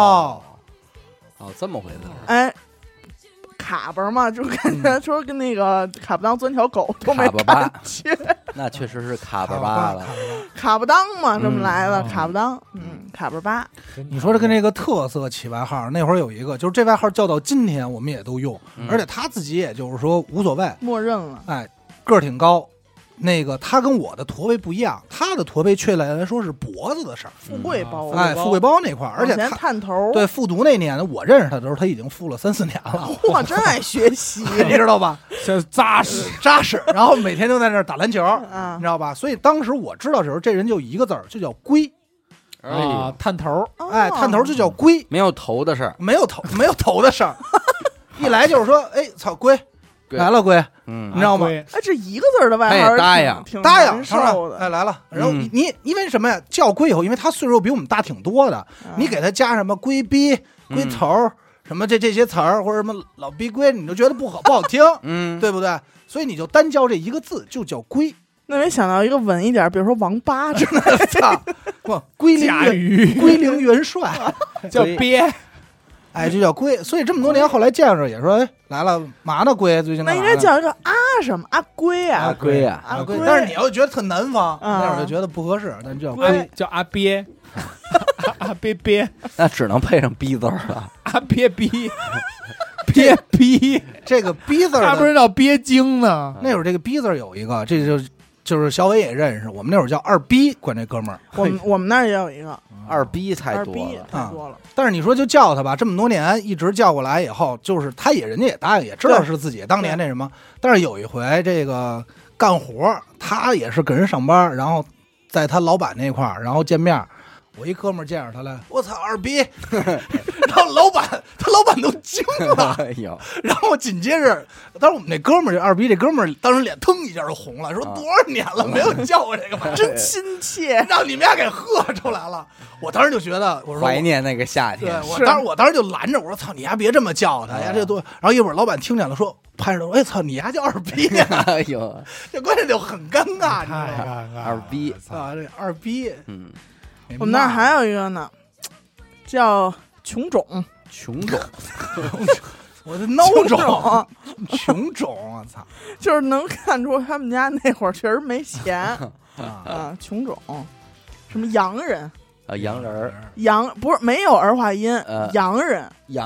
这么回事。 哎，卡巴嘛，就感觉说跟那个卡布当钻条狗都没感觉。 那确实是卡巴巴了， 卡布当嘛，这么来的卡布当，卡巴巴。 你说这跟这个特色起外号，那会儿有一个，就是这外号叫到今天我们也都用，而且他自己也就是说无所谓， 默认了。 哎，个儿挺高。那个他跟我的驼背不一样，他的驼背确切来说是脖子的事儿， 富贵包， 哎，富贵包那块儿，而且他探头， 对复读那年我认识他的时候，他已经复了3-4年了， 哇，真爱学习， 你知道吧？ 这扎实， 然后每天就在那儿打篮球，你知道吧？所以当时我知道的时候，这人就一个字儿，就叫龟啊，探头， 哎，探头就叫龟， 没有头的事儿， 没有头的事儿，一来就是说，哎，操龟。来了龟，你知道吗？ 哎，这一个字的外号答应， 答应，哎来了。然后你因为什么呀？叫龟以后，因为他岁数比我们大挺多的，你给他加什么龟逼、龟头什么这些词儿，或者什么老逼龟，你就觉得不好听，对不对？所以你就单叫这一个字，就叫龟。 那没想到一个稳一点，比如说王八，真的操，不龟灵元帅叫鳖。 哎，就叫龟，所以这么多年后来见着也说，哎，来了，嘛呢龟？最近那应该叫一个什么阿龟啊？ 阿龟啊， 阿龟。但是你要觉得特南方，那会儿就觉得不合适，那就叫龟， 叫阿鳖，阿鳖鳖， 那只能配上逼字了， 阿鳖逼，鳖逼， 这个逼字， 他不是叫鳖精呢？ 那会儿这个逼字有一个，这就是小伟也认识，我们那会儿叫二逼，管这哥们儿。 我们那儿也有一个。 二逼太多了， 但是你说就叫他吧，这么多年一直叫过来以后，就是人家也答应，也知道是自己当年那什么。但是有一回这个干活，他也是给人上班，然后在他老板那块儿，然后见面， 我一哥们儿见着他来，我操二逼，然后老板都惊了，哎呦，然后紧接着，当时我们那哥们儿二逼这哥们儿当时脸腾一下就红了，说多少年了没有叫我这个吧， 真亲切， 让你们俩给喝出来了。我当时就觉得，我说怀念那个夏天。 对，我当时就拦着我说：“操你丫别这么叫他呀，这多。”然后一会儿老板听见了，说拍着说：“哎操你丫叫二逼呀！”哎呦，这关键就很尴尬， 太尴尬， 二逼啊，这二逼， 我们那儿还有一个呢，叫琼种， 我的孬种，琼种，我操， 就是能看出他们家那会儿确实没钱啊，琼种。什么洋人啊，洋人儿， 洋不是没有儿化音，洋人，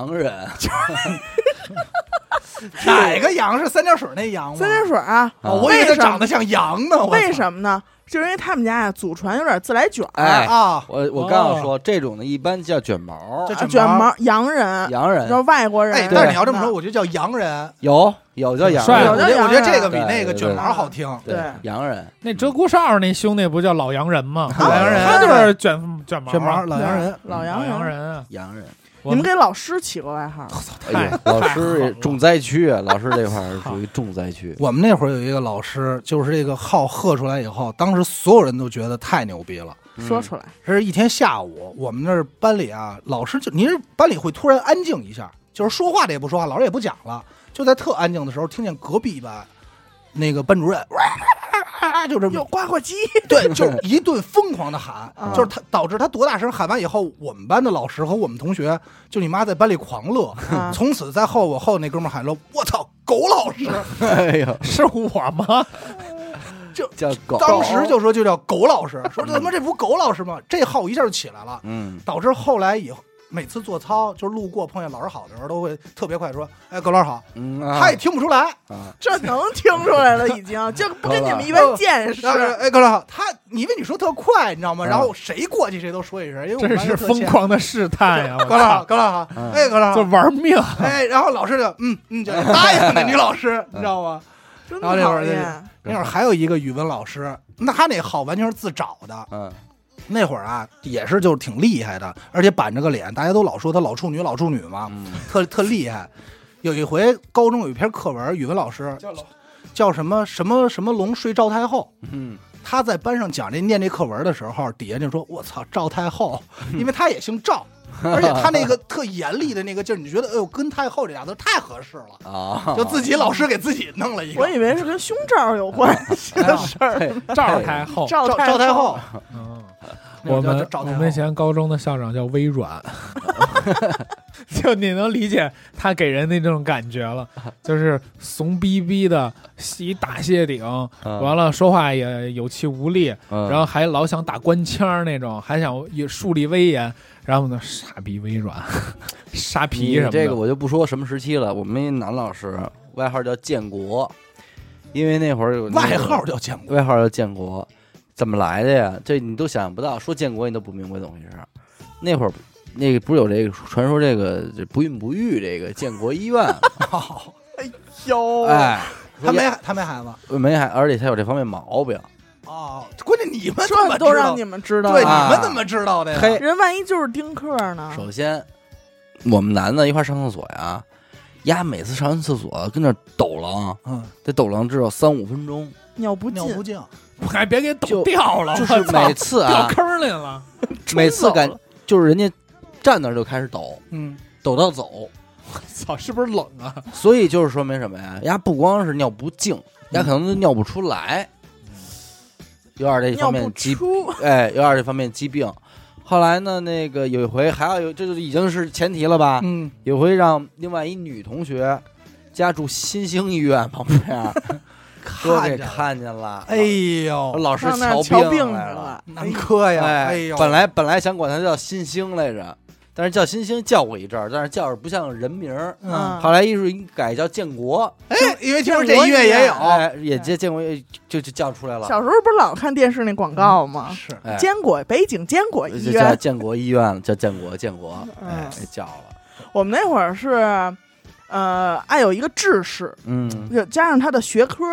哪个洋是三点水那洋吗？ 三点水啊， 我以为他长得像羊呢。 为什么呢？就是因为他们家呀，祖传有点自来卷啊。我刚要说，这种的一般叫卷毛， 卷毛洋人，叫外国人。 哎，但是你要这么说，我觉得叫洋人， 有叫洋人， 我觉得这个比那个卷毛好听。 对，洋人。 那鹧鸪哨那兄弟不叫老洋人吗？ 老洋人， 他就是卷毛，老洋人， 老洋人， 洋人。 你们给老师起个外号？ 老师重灾区啊！老师这块儿属于重灾区。 我们那会儿有一个老师，就是这个号喝出来以后，当时所有人都觉得太牛逼了。 说出来， 这是一天下午，我们那班里啊，老师就您班里会突然安静一下，就是说话的也不说话，老师也不讲了，就在特安静的时候，听见隔壁班那个班主任。就这么有刮刮机， 对，就一顿疯狂的喊，就是他导致他多大声喊完以后，我们班的老师和我们同学就你妈在班里狂乐。从此在后我后那哥们喊说：“我操，狗老师！” 哎呀， 是我吗？ 就叫狗， 当时就说就叫狗老师，说他妈这不狗老师吗？这号一下就起来了，导致后来以后。每次做操，就是路过碰见老师好的时候，都会特别快说：“哎，狗老师好。”他也听不出来， 这能听出来了，已经就不跟你们一般见识。 哎，狗老师好，因为你说特快，你知道吗？然后谁过去谁都说一声，因为这是疯狂的试探呀！ 狗老师好，哎，狗老师就玩命。 哎，然后老师就就答应那女老师，你知道吗？ 真讨厌。 那会儿还有一个语文老师，那他那号完全是自找的，那会儿啊，也是就是挺厉害的，而且板着个脸，大家都老说他老处女嘛，特厉害。有一回高中有一篇课文，语文老师叫什么龙睡赵太后，他在班上讲念这课文的时候，底下就说：“我操，赵太后，因为他也姓赵。”而且他那个特严厉的那个劲儿，你觉得哎呦，跟太后这俩字太合适了啊！就自己老师给自己弄了一个， 我以为是跟胸罩有关系的事儿。 赵太后， 赵太后。 我们以前高中的校长叫微软，就你能理解他给人那种感觉了，就是怂逼逼的，洗大谢顶，完了说话也有气无力，然后还老想打官腔那种，还想树立威严，然后呢，傻逼微软，傻皮什么的。 这个我就不说什么时期了。我们一男老师外号叫建国，因为那会儿有外号叫建国。 怎么来的呀？这你都想象不到，说建国你都不明白怎么回事。那会儿，那个不是有这个传说，这个不孕不育这个建国医院。 哎呦， 哎， 他没孩子， 没孩，而且他有这方面毛病。 关键你们这都让你们知道， 对，你们怎么知道的呀？ 人万一就是丁克呢？ 首先，我们男的一块上厕所呀，丫每次上完厕所跟那抖楞，这抖楞至少3-5分钟， 尿不尽。 还别给抖掉了， 就是每次掉坑里了， 每次就是人家站那就开始抖，抖到走， 操，是不是冷啊？ 所以就是说明什么呀？丫不光是尿不净，丫可能都尿不出来，有点这方面疾，有点这方面疾病。后来呢，那个有一回还要有，这就已经是前提了吧？有回让另外一女同学家住新兴医院旁边。都给看见了， 哎呦， 老师瞧病来了， 南科呀，哎呦， 本来想管他叫新兴来着，但是叫新兴叫过一阵儿，但是叫着不像人名儿，后来艺术改叫建国， 哎，因为听说这医院也有， 也建国就叫出来了。 小时候不是老看电视那广告吗？ 是坚果北京坚果医院， 叫建国医院，叫建国，叫了。 我们那会儿是，爱有一个志士，就加上他的学科。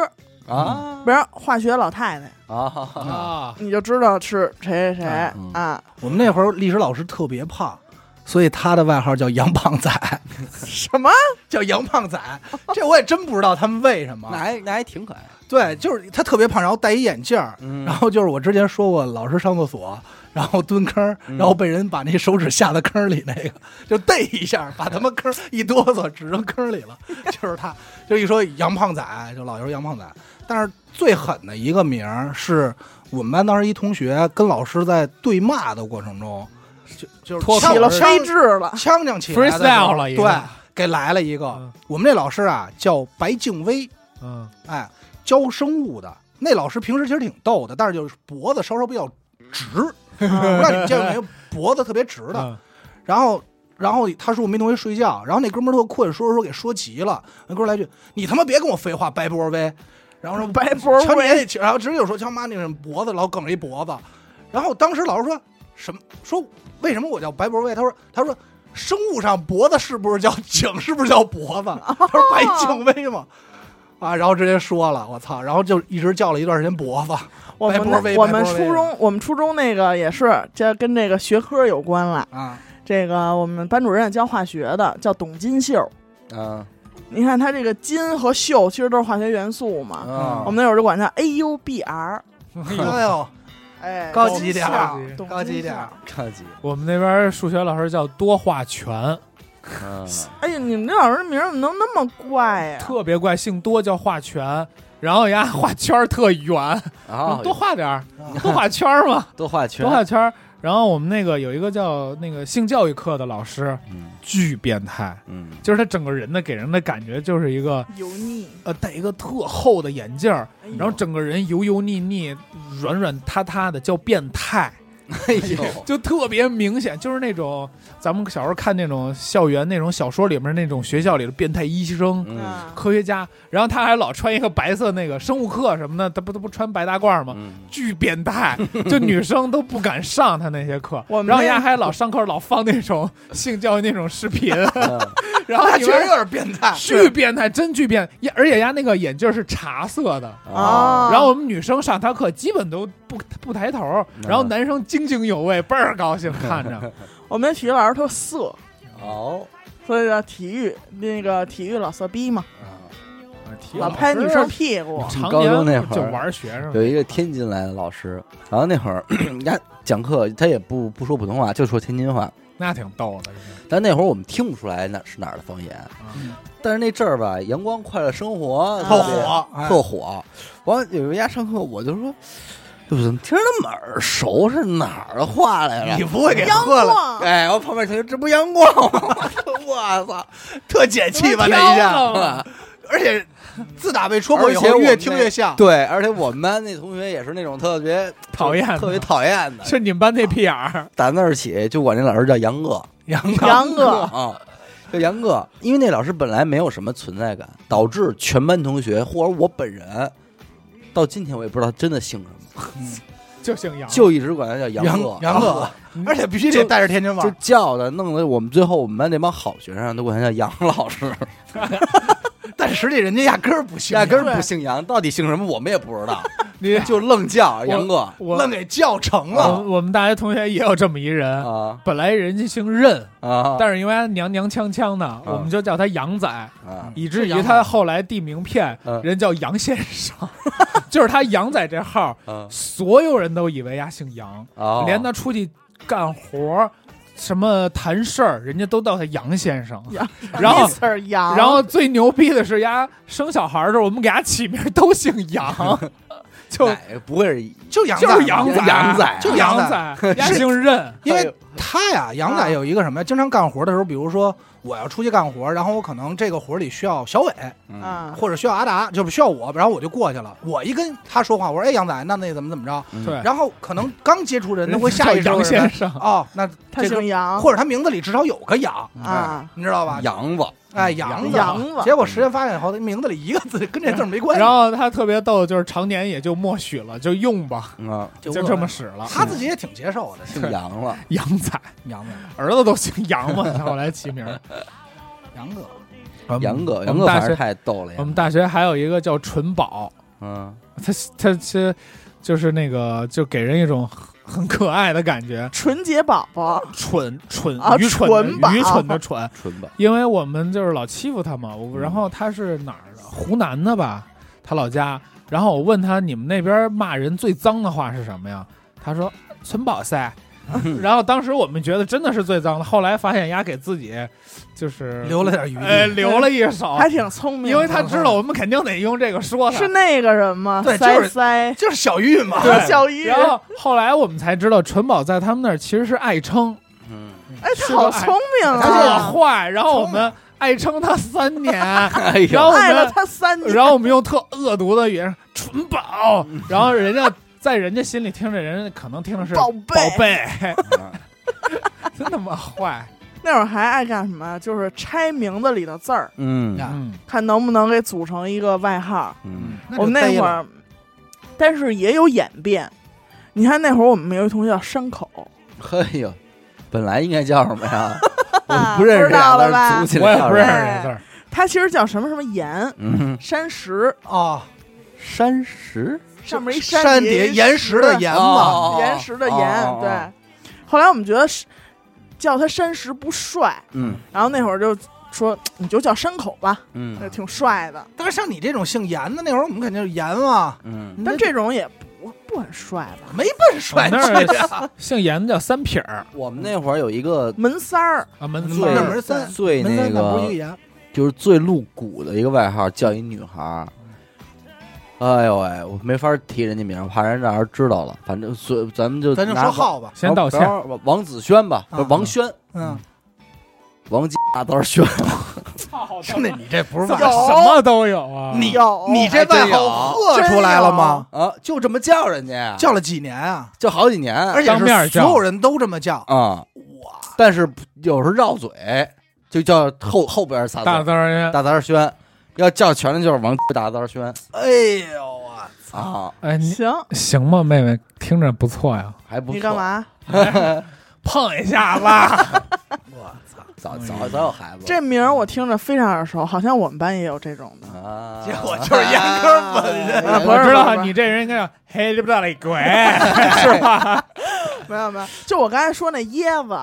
啊， 比如化学老太太啊， 你就知道是谁谁谁啊。 我们那会儿历史老师特别胖，所以他的外号叫杨胖仔。 什么叫杨胖仔？这我也真不知道他们为什么。 那还挺可爱。 对，就是他特别胖，然后戴一眼镜儿，然后就是我之前说过，老师上厕所，然后蹲坑，然后被人把那手指下到坑里，那个就逮一下，把他们坑一哆嗦，指扔坑里了。就是他，就一说杨胖仔，就老说杨胖仔。但是最狠的一个名是我们班当时一同学跟老师在对骂的过程中，就是起了飞智了， 呛起来的 freestyle 了， 对，给来了一个。我们那老师啊叫白敬威，哎。教生物的那老师平时其实挺逗的，但是就是脖子稍稍比较直，不知道你们见过没有？脖子特别直的。然后他说我没同学睡觉，然后那哥们儿特困，说给说急了，那哥们儿来句你他妈别跟我废话，白波威。然后说白波威， 然后直接就说他妈那种脖子老梗着一脖子。然后当时老师说什么？说为什么我叫白波威？他说生物上脖子是不是叫颈？是不是叫脖子？他说白敬威嘛。啊，然后直接说了，我操，然后就一直叫了一段时间脖子。 我们初中那个也是，这跟这个学科有关了啊。这个我们班主任教化学的，叫董金秀啊。你看他这个金和溴其实都是化学元素嘛。我们那会儿就管他 AUBR。 哎呦， 哎， 高级点， 高级点， 高级。 我们那边数学老师叫多化全。 哎呀，你们这老师名怎么能那么怪呀？ 特别怪，姓多叫画全，然后呀画圈特圆，多画点多画圈嘛， 多画圈， 多画圈。然后我们那个有一个叫那个性教育课的老师，巨变态，就是他整个人的给人的感觉就是一个油腻， 戴一个特厚的眼镜，然后整个人油油腻腻、软软塌塌的，叫变态。 哎呦， 就特别明显，就是那种咱们小时候看那种校园那种小说里面那种学校里的变态医生、科学家，然后他还老穿一个白色那个生物课什么的，他不穿白大褂吗？巨变态，就女生都不敢上他那些课。然后人家还老上课老放那种性教育那种视频，然后确实有点变态， 巨变态，真巨变，而且人家那个眼镜是茶色的啊。然后我们女生上他课基本都不抬头，然后男生津津有味，倍儿高兴看着。 我们体育老师特色所以叫体育老色逼嘛，老拍女生屁股。 高中那会儿就玩学生， 有一个天津来的老师，然后那会儿人家讲课他也不说普通话，就说天津话， 那挺逗的。 但那会儿我们听不出来那是哪儿的方言，但是那阵儿吧，阳光快乐生活特火。完有一家上课，我就说。怎么听着那么耳熟？是哪儿的话来了？ 你不会给喝了？ 哎，我旁边同学这不阳光吗？我操， 特解气吧那一下！而且自打被戳破以后，越听越像。 对，而且我们班那同学也是那种特别讨厌的，是你们班那屁眼儿。 打那儿起就管那老师叫杨哥， 杨哥啊，叫杨哥。因为那老师本来没有什么存在感，导致全班同学或者我本人，到今天我也不知道真的姓什么。 就姓杨， 就一直管他叫杨哥，而且必须得带着天津味， 就叫的，弄得我们最后我们班那帮好学生都管他叫杨老师， 但实际人家压根儿不姓杨，到底姓什么我们也不知道，你就愣叫杨哥， 愣给叫成了。 我们大学同学也有这么一人啊，本来人家姓任啊，但是因为他娘娘腔腔的，我们就叫他杨仔，以至于他后来递名片人叫杨先生。就是他杨仔这号，所有人都以为他姓杨，连他出去干活、什么谈事儿，人家都叫他杨先生。然后最牛逼的是，丫生小孩的时候，我们给他起名都姓杨，就不会是就杨仔， 就杨仔， 丫姓任， 因为他呀，杨仔有一个什么，经常干活的时候，比如说。我要出去干活，然后我可能这个活里需要小伟，或者需要阿达，就不需要我，然后我就过去了。我一跟他说话，我说：“哎，杨仔，那怎么着？” 对。 然后可能刚接触人，他会下意识杨先生哦，那他姓杨， 或者他名字里至少有个杨啊，你知道吧？ 杨子， 哎，杨子。结果实际发现以后，他名字里一个字跟这字没关系。 然后他特别逗，就是常年也就默许了，就用吧，就这么使了。 他自己也挺接受的， 姓杨了， 杨仔，儿子都姓杨嘛，后来起名。 杨哥反正太逗了。 我们大学还有一个叫纯宝他就是那个就给人一种很可爱的感觉， 纯洁宝宝， 愚蠢的蠢， 吧。 因为我们就是老欺负他嘛，然后他是哪儿的？湖南的吧，他老家。然后我问他，你们那边骂人最脏的话是什么呀？他说纯宝噻。然后当时我们觉得真的是最脏的，后来发现丫给自己就是留了点余地， 留了一手， 还挺聪明， 因为他知道我们肯定得用这个说他。 是那个人吗？ 对，就是小玉嘛， 对， 小玉。 然后后来我们才知道，纯宝在他们那儿其实是爱称， 哎，他好聪明啊， 他好坏。然后我们爱称他3年，然后我们爱了他3年， 然后我们用特恶毒的语言纯宝，然后人家。在人家心里听着，人可能听的是宝贝，真他妈坏。 那会儿还爱干什么？就是拆名字里的字儿，看能不能给组成一个外号。我们那会儿，但是也有演变。你看那会儿我们有一同学叫山口， 嘿呦，本来应该叫什么呀？我不认识俩字儿， 我也不认识这字儿。 他其实叫什么什么岩，山石啊， 山石。 上面一山叠岩石的岩嘛， 岩石的岩，对。后来我们觉得叫他山石不帅，然后那会儿就说你就叫山口吧，挺帅的。 但是像你这种姓严的，那会儿我们肯定是严嘛， 但这种也不很帅吧？ 没笨帅气啊！姓严的叫三撇儿。 我们那会儿有一个门三儿啊，门三最那个就是最露骨的一个外号，叫一女孩。哎呦喂，我没法提人家名，怕人让人知道了。反正咱就说号吧， 先道歉。 王子轩吧，王轩，王大刀轩。 兄弟，你这不是什么都有啊？ 你这外号喝出来了吗？ 啊，就这么叫人家， 叫了几年啊？ 叫好几年， 而且是所有人都这么叫啊！哇！但是有时候绕嘴，就叫后边仨字大刀轩。 要叫全了就是王大刀轩。 哎呦我操！ 哎，行吗，妹妹？听着不错呀， 还不错。 你干嘛？ 碰一下子。 我操！早有孩子。 这名我听着非常耳熟，好像我们班也有这种的啊。 结果就是严哥本人。 我知道你这人应该叫黑不到了鬼，是吧？ 没有，就我刚才说那椰子，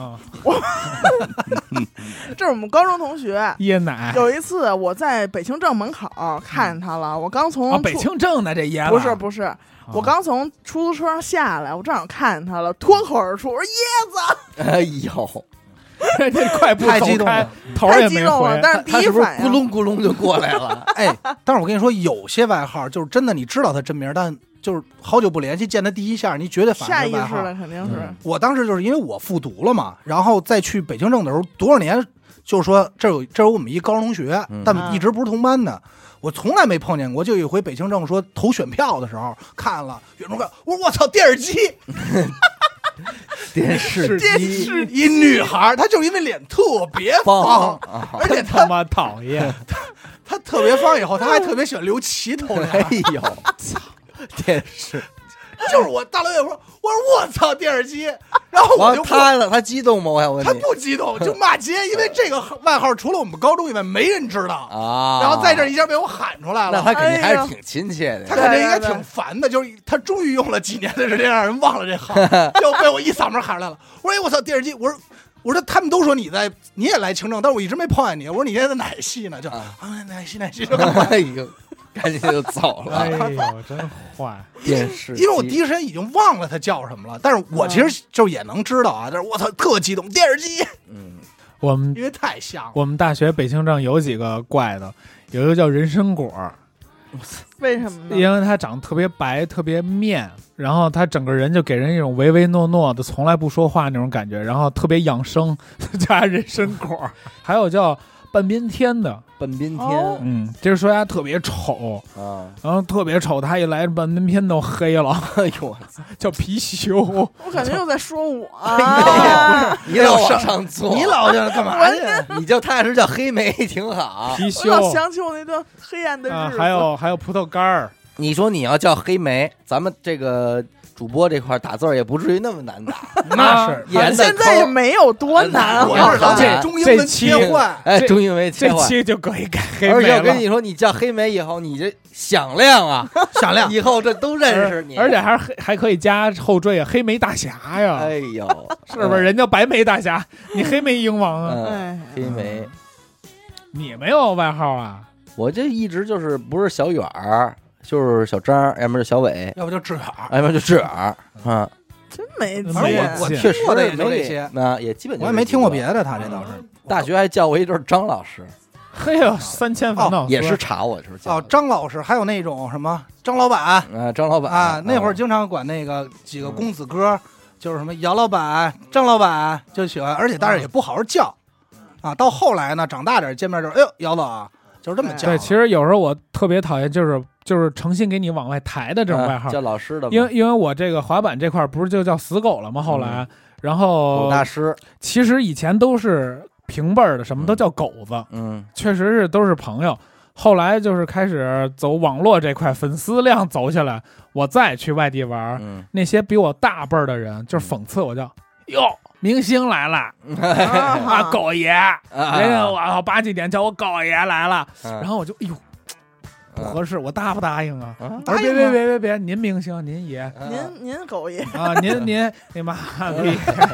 这是我们高中同学椰奶。 有一次我在北清正门口看见他了，我刚从北清正的这椰子不是，我刚从出租车上下来，我正好看见他了，脱口而出我说椰子。 哎呦， 这快步太激动了， 头也没回， 但是第一反应咕隆咕隆就过来了。 哎，但是我跟你说，有些外号就是真的，你知道他真名，但就是好久不联系，见他第一下，你绝对反应外号。 下意识的肯定是。 我当时就是因为我复读了嘛，然后再去北京正的时候，多少年就是说这有我们一高中同学，但一直不是同班的，我从来没碰见过。就有一回北京正说投选票的时候看了，远处看，我说我操，电视机。 电视机一女孩，她就是因为脸特别方，而且他妈讨厌， 她特别方，以后她还特别喜欢留齐头。 哎呦，操！电视就是我大老远说，我说我操电视机，然后我就他激动吗？我想问你， 他不激动，就骂街，因为这个外号除了我们高中以外没人知道啊。然后在这一下被我喊出来了， 那他肯定还是挺亲切的， 他肯定应该挺烦的，就是他终于用了几年的时间让人忘了这号，就被我一嗓门喊出来了。我说哎我操电视机，我说他们都说你也来清正，但是我一直没碰见你。我说你现在在哪戏呢？就哪戏， 哎呦。赶紧就走了， 哎呦，真坏！ 电视， 因为我第一时间已经忘了他叫什么了，但是我其实就也能知道啊。但是我操，特激动，电视机。 我们因为太像了。 我们大学北清正有几个怪的，有一个叫人参果， 为什么呢？ 因为他长得特别白，特别面，然后他整个人就给人一种唯唯诺诺的，从来不说话那种感觉，然后特别养生，叫人参果。还有叫半边天的。 半边天， 就是说他特别丑啊，然后特别丑，他一来半边天都黑了， 哎呦， 叫貔貅。 我感觉又在说我， 你老往上坐， 你老叫干嘛去？ 你就踏实叫黑莓挺好。 貔貅， 我老想起我那段黑暗的日子。 还有葡萄干儿， 你说你要叫黑莓，咱们这个主播这块打字也不至于那么难打， 那是现在也没有多难。 我是中英文切换， 中英文切换， 这期就可以改黑莓了。 而且我跟你说，你叫黑莓以后，你这响亮啊， 响亮， 以后这都认识你， 而且还可以加后缀黑莓大侠呀。 哎呦， 是不是？人家白眉大侠，你黑莓鹰王啊？黑莓， 你没有外号啊？ 我这一直就是不是小远儿。就是小张，要么就小伟， 要不就志远， 要么就志远啊！ 真没劲。 我确实的也就这些， 那也基本我也没听过别的。他这倒是， 大学还叫过一阵张老师， 嘿呦，3000烦恼也是查我，是不是？ 哦，张老师，还有那种什么张老板张老板啊，那会儿经常管那个几个公子哥，就是什么姚老板、张老板，就喜欢，而且但是也不好好叫啊。到后来呢，长大点见面就是，哎呦，姚总。就是这么叫。 对，其实有时候我特别讨厌，就是诚心给你往外抬的这种外号， 叫老师的。 因为我这个滑板这块不是就叫死狗了吗？后来，然后狗大师， 其实以前都是平辈儿的，什么都叫狗子，确实是都是朋友。后来就是开始走网络这块，粉丝量走起来，我再去外地玩，那些比我大辈儿的人就是讽刺我叫哟。明星来了啊，狗爷！人家我8几年叫我狗爷来了，然后我就哎呦，不合适，我答不答应啊？我说别，您明星，您爷， 您狗爷啊，您你妈逼！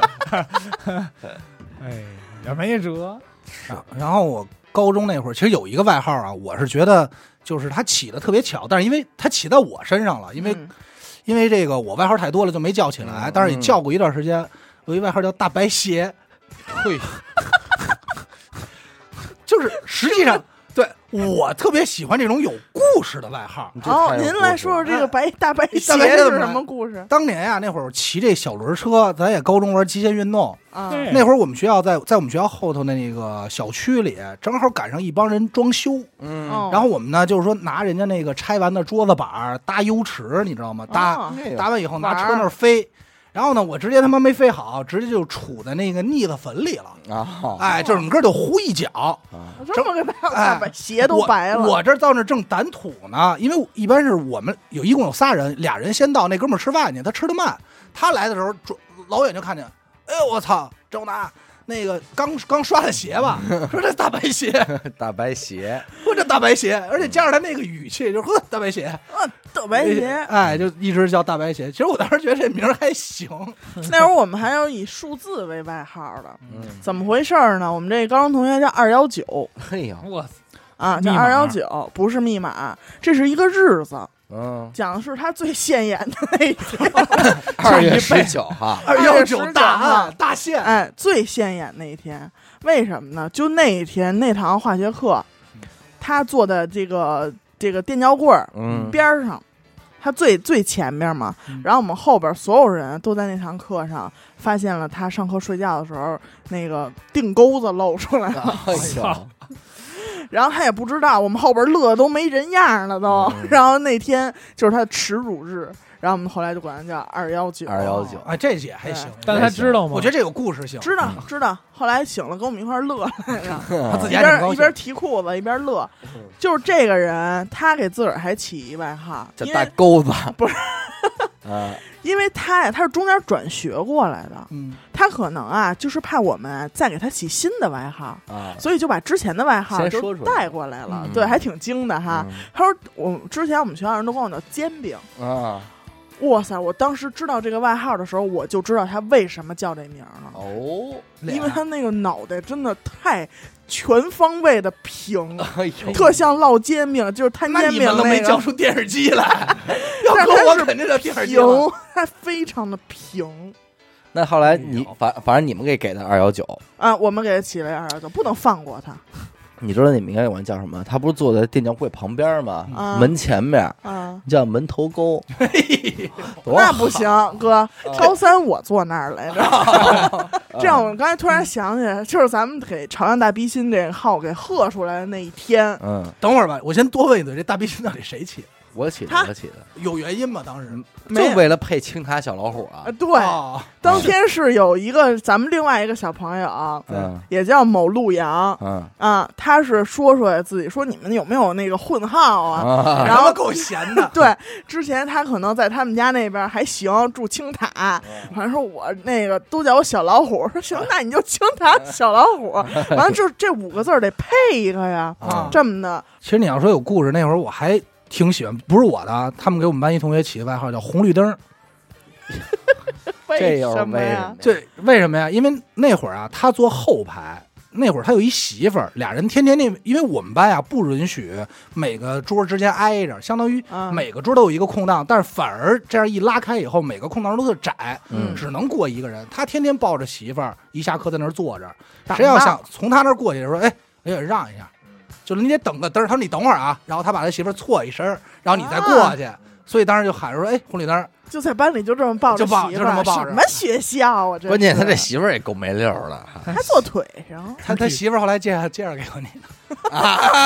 哎，也没辙。 然后我高中那会儿，其实有一个外号啊，我是觉得就是他起的特别巧，但是因为他起在我身上了，因为这个我外号太多了就没叫起来，但是也叫过一段时间。有一外号叫大白鞋， 嘿， 就是实际上对我特别喜欢这种有故事的外号。 您来说说这个大白鞋是什么故事？ 当年呀，那会儿骑这小轮车，咱也高中玩极限运动啊。那会儿我们学校在我们学校后头的那个小区里，正好赶上一帮人装修，然后我们呢就是说拿人家那个拆完的桌子板搭优池，你知道吗？搭完以后拿车那儿飞。然后呢，我直接他妈没飞好，直接就杵在那个腻子粉里了啊！哎，就是整个就糊一脚， 这么个大白鞋都白了。 我这到那正掸土呢，因为一般是我们一共有仨人，俩人先到，那哥们儿吃饭去，他吃得慢，他来的时候老远就看见，哎呦我操，周达那个刚刷的鞋吧，说这大白鞋， 大白鞋， 说这大白鞋，而且加上他那个语气，就是呵大白鞋， 大白鞋， 哎，就一直叫大白鞋。其实我当时觉得这名还行。 那会儿我们还有以数字为外号的，怎么回事呢？我们这高中同学叫219， 嘿呀， 我啊，叫219，不是密码，这是一个日子。讲的是他最现眼的那一天 ，2月19号 ，219大限， 哎，最现眼那一天，为什么呢？就那一天那堂化学课，他坐的这个电胶柜边上，他最前面嘛，然后我们后边所有人都在那堂课上发现了他上课睡觉的时候那个腚钩子露出来了。然后他也不知道，我们后边乐都没人样了都。然后那天就是他的耻辱日，然后我们后来就管他叫219。 哎，这也还行， 但他知道吗？ 我觉得这有故事性。 知道。后来醒了，跟我们一块乐来着， 他自己一边提裤子一边乐。就是这个人，他给自个儿还起一外号叫大钩子， 不是。因为他是中间转学过来的，他可能啊，就是怕我们再给他起新的外号所以就把之前的外号就带过来了。对，还挺精的哈。他说之前我们学校人都管我叫煎饼啊。哇塞！我当时知道这个外号的时候，我就知道他为什么叫这名了。 哦， 因为他那个脑袋真的太全方位的平，特像烙煎饼，就是摊煎饼那个。都没叫出电视机来，要搁我肯定叫电视机了。它非常的平。 那后来你反正你们给他219 啊，我们给他起了219，不能放过他。 你知道你们应该管叫什么？他不是坐在电胶柜旁边吗？门前面叫门头沟。 那不行，哥，高3我坐那儿来着。这样，我刚才突然想起来，就是咱们给朝阳大逼心这个号给喝出来的那一天。 等会儿吧，我先多问一嘴，这大逼心到底谁起？ 我起的， 有原因吗？当时就为了配清塔小老虎啊。 对，当天是有一个咱们另外一个小朋友，也叫某陆阳，他是说出来自己说你们有没有那个混号啊？然后够闲的。 对，之前他可能在他们家那边还行，住青塔，反正说我那个都叫我小老虎，说行，那你就青塔小老虎。完了就这5个字得配一个呀，这么的。 其实你要说有故事，那会儿我还挺喜欢，不是我的，他们给我们班一同学起的外号叫红绿灯。 为什么呀？ 这为什么呀？因为那会儿啊，他坐后排，那会儿他有一媳妇儿，俩人天天因为我们班啊不允许每个桌之间挨着，相当于每个桌都有一个空档，但是反而这样一拉开以后，每个空档都特窄，只能过一个人。他天天抱着媳妇儿，一下课在那儿坐着，谁要想从他那儿过去，说哎让一下。就是你得等个灯，他说你等会儿啊，然后他把他媳妇儿错一声，然后你再过去，所以当时就喊说，哎，红绿灯， 就在班里就这么抱着媳妇儿， 就这么抱着。 什么学校啊？ 关键他这媳妇儿也够没溜的， 还坐腿上。 他媳妇儿后来介绍给我你的，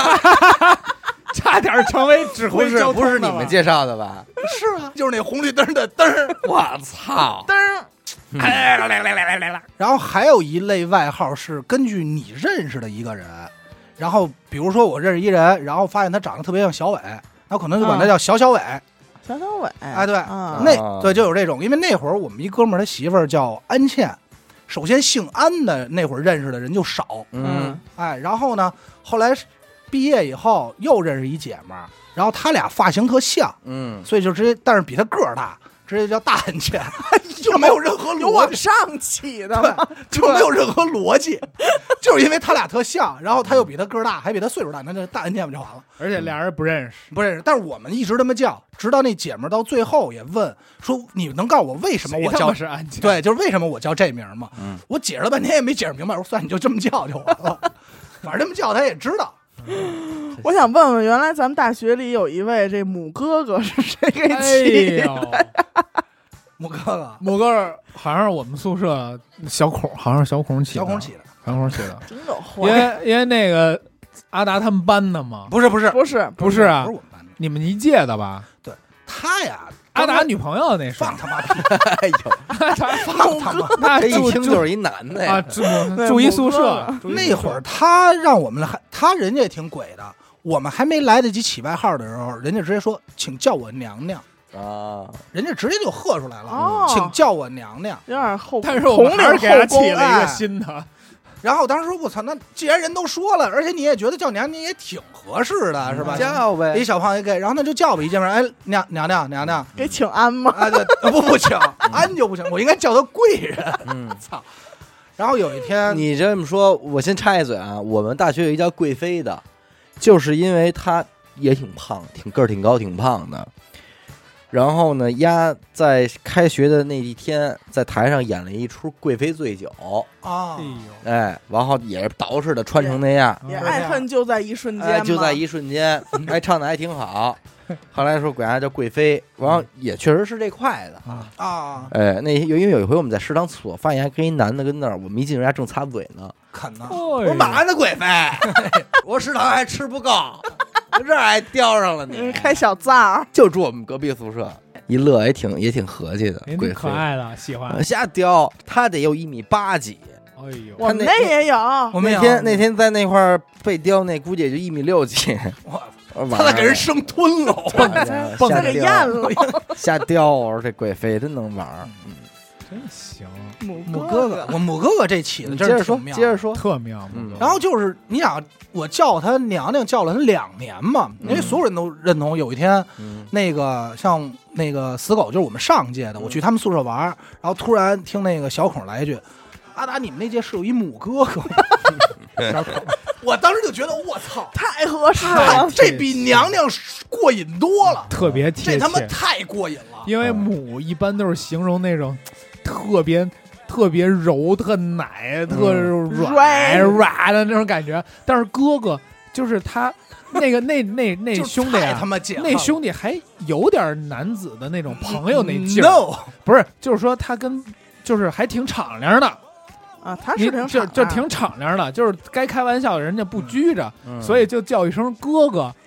差点成为指挥交通的。 不是你们介绍的吧？ 是啊，就是那红绿灯的灯。 我操， 灯。 来， 然后还有一类外号是根据你认识的一个人。然后，比如说我认识一人，然后发现他长得特别像小伟，然后可能就管他叫小伟。 小伟， 哎，对，对就有这种，因为那会儿我们一哥们儿他媳妇儿叫安倩，首先姓安的那会儿认识的人就少，哎，然后呢，后来毕业以后又认识一姐们儿，然后他俩发型特像，所以就直接，但是比他个儿大。直接叫大安倩，就没有任何逻辑， 往上起的， 就没有任何逻辑，就是因为他俩特像，然后他又比他个儿大，还比他岁数大，那就大安倩不就完了？ 而且俩人不认识， 但是我们一直这么叫，直到那姐们儿到最后也问说：“你能告诉我为什么我叫是安倩？ 对，就是为什么我叫这名吗？”我解释了半天也没解释明白，我说算你就这么叫就完了，反正这么叫他也知道。 我想问问，原来咱们大学里有一位这母哥哥是谁给起的？ 母哥好像是我们宿舍小孔，好像是小孔起的， 真够坏。 因为那个阿达他们班的嘛， 不是啊， 不是我们班的，你们一届的吧？ 对，他呀， 阿达女朋友那是放他妈屁！哎呦， 放他妈！ 那一听就是一男的呀， 住一宿舍。 那会儿他让我们来，他人家也挺鬼的。我们还没来得及起外号的时候，人家直接说：“请叫我娘娘。”啊！人家直接就喝出来了，请叫我娘娘。 有点后， 但是我们还是给他起了一个新的。 然后当时我操，那既然人都说了，而且你也觉得叫娘娘也挺合适的，是吧？ 叫呗， 一小胖也给，然后那就叫吧。一见面，哎，娘娘， 给请安吗？ 哎，对，不请安就不行，我应该叫他贵人。操！然后有一天， 你这么说，我先插一嘴啊，我们大学有一叫贵妃的，就是因为她也挺胖，个儿挺高，挺胖的。然后呢，丫在开学的那一天，在台上演了一出《贵妃醉酒》 啊， 哎，然后也是捯饬的穿成那样， 也爱恨就在一瞬间， 就在一瞬间，还唱的还挺好。后来说管丫叫贵妃，然后也确实是这块的啊， 哎，那因为有一回我们在食堂厕所发现还跟一男的跟那儿，我们一进人家正擦嘴呢， 啃呢， 我说嘛呢贵妃，我食堂还吃不够。这还叼上了你， 开小灶， 就住我们隔壁宿舍，一乐也挺和气的， 挺可爱的，喜欢瞎叼。他得有1.8米几， 哎呦， 我们那也有。 我那天在那块儿被叼，那估计也就1.6米几。 他在给人生吞了， 蹦给咽了， 瞎叼。我说这贵妃真能玩， 真行。 母哥哥，我母哥哥这起的，接着说， 特妙。 然后就是你想，我叫他娘娘叫了他2年嘛，因为所有人都认同。有一天，那个像那个死狗，就是我们上届的，我去他们宿舍玩，然后突然听那个小孔来一句：“阿达，你们那届是有一母哥哥。”我当时就觉得我操， 太合适了， 这比娘娘过瘾多了， 特别贴切， 这他妈太过瘾了。 因为母一般都是形容那种特别柔、特奶、特软的那种感觉，但是哥哥就是他那兄弟啊，那兄弟还有点男子的那种朋友那劲儿，不是，就是说他跟就是还挺敞亮的啊，他是就挺敞亮的，就是该开玩笑的人家不拘着，所以就叫一声哥哥，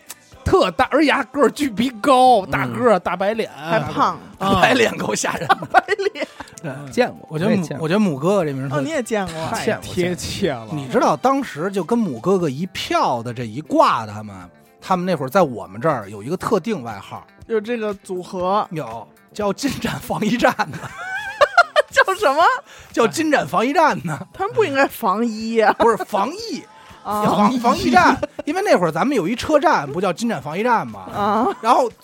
特大，而且个儿巨逼高，大个儿大白脸， 还胖， 白脸够吓人， 白脸。 见过， 我觉得母哥哥这名你也见过， 太贴切了。 你知道当时就跟母哥哥一票的这一挂的他们那会儿在我们这儿有一个特定外号， 有这个组合， 有叫金盏防疫站的。 叫什么？ 叫金盏防疫站呢？ 他们不应该防疫呀？ 不是防疫。防疫站，因为那会儿咱们有一车站，不叫金盏防疫站吗？啊，然后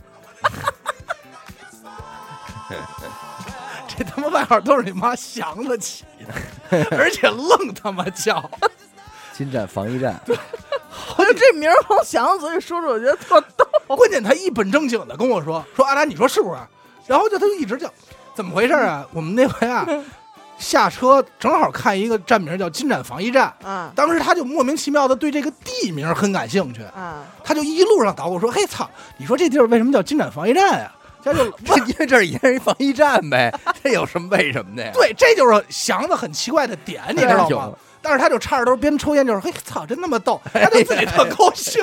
这他妈外号都是你妈祥子起的，而且愣他妈叫金盏防疫站。 对，我就这名儿从祥子嘴里说出，我觉得特逗。 关键他一本正经的跟我说阿达，你说是不是？然后他就一直叫，怎么回事啊？我们那回啊。下车正好看一个站名叫金盏防疫站，当时他就莫名其妙的对这个地名很感兴趣，他就一路上捣鼓说：“嘿操，你说这地儿为什么叫金盏防疫站呀？”他就因为这儿也是一防疫站呗，这有什么为什么的呀？ 对，这就是祥子很奇怪的点，你知道吗？但是他就插着兜边抽烟，就是嘿操，真他妈逗，他就自己特高兴。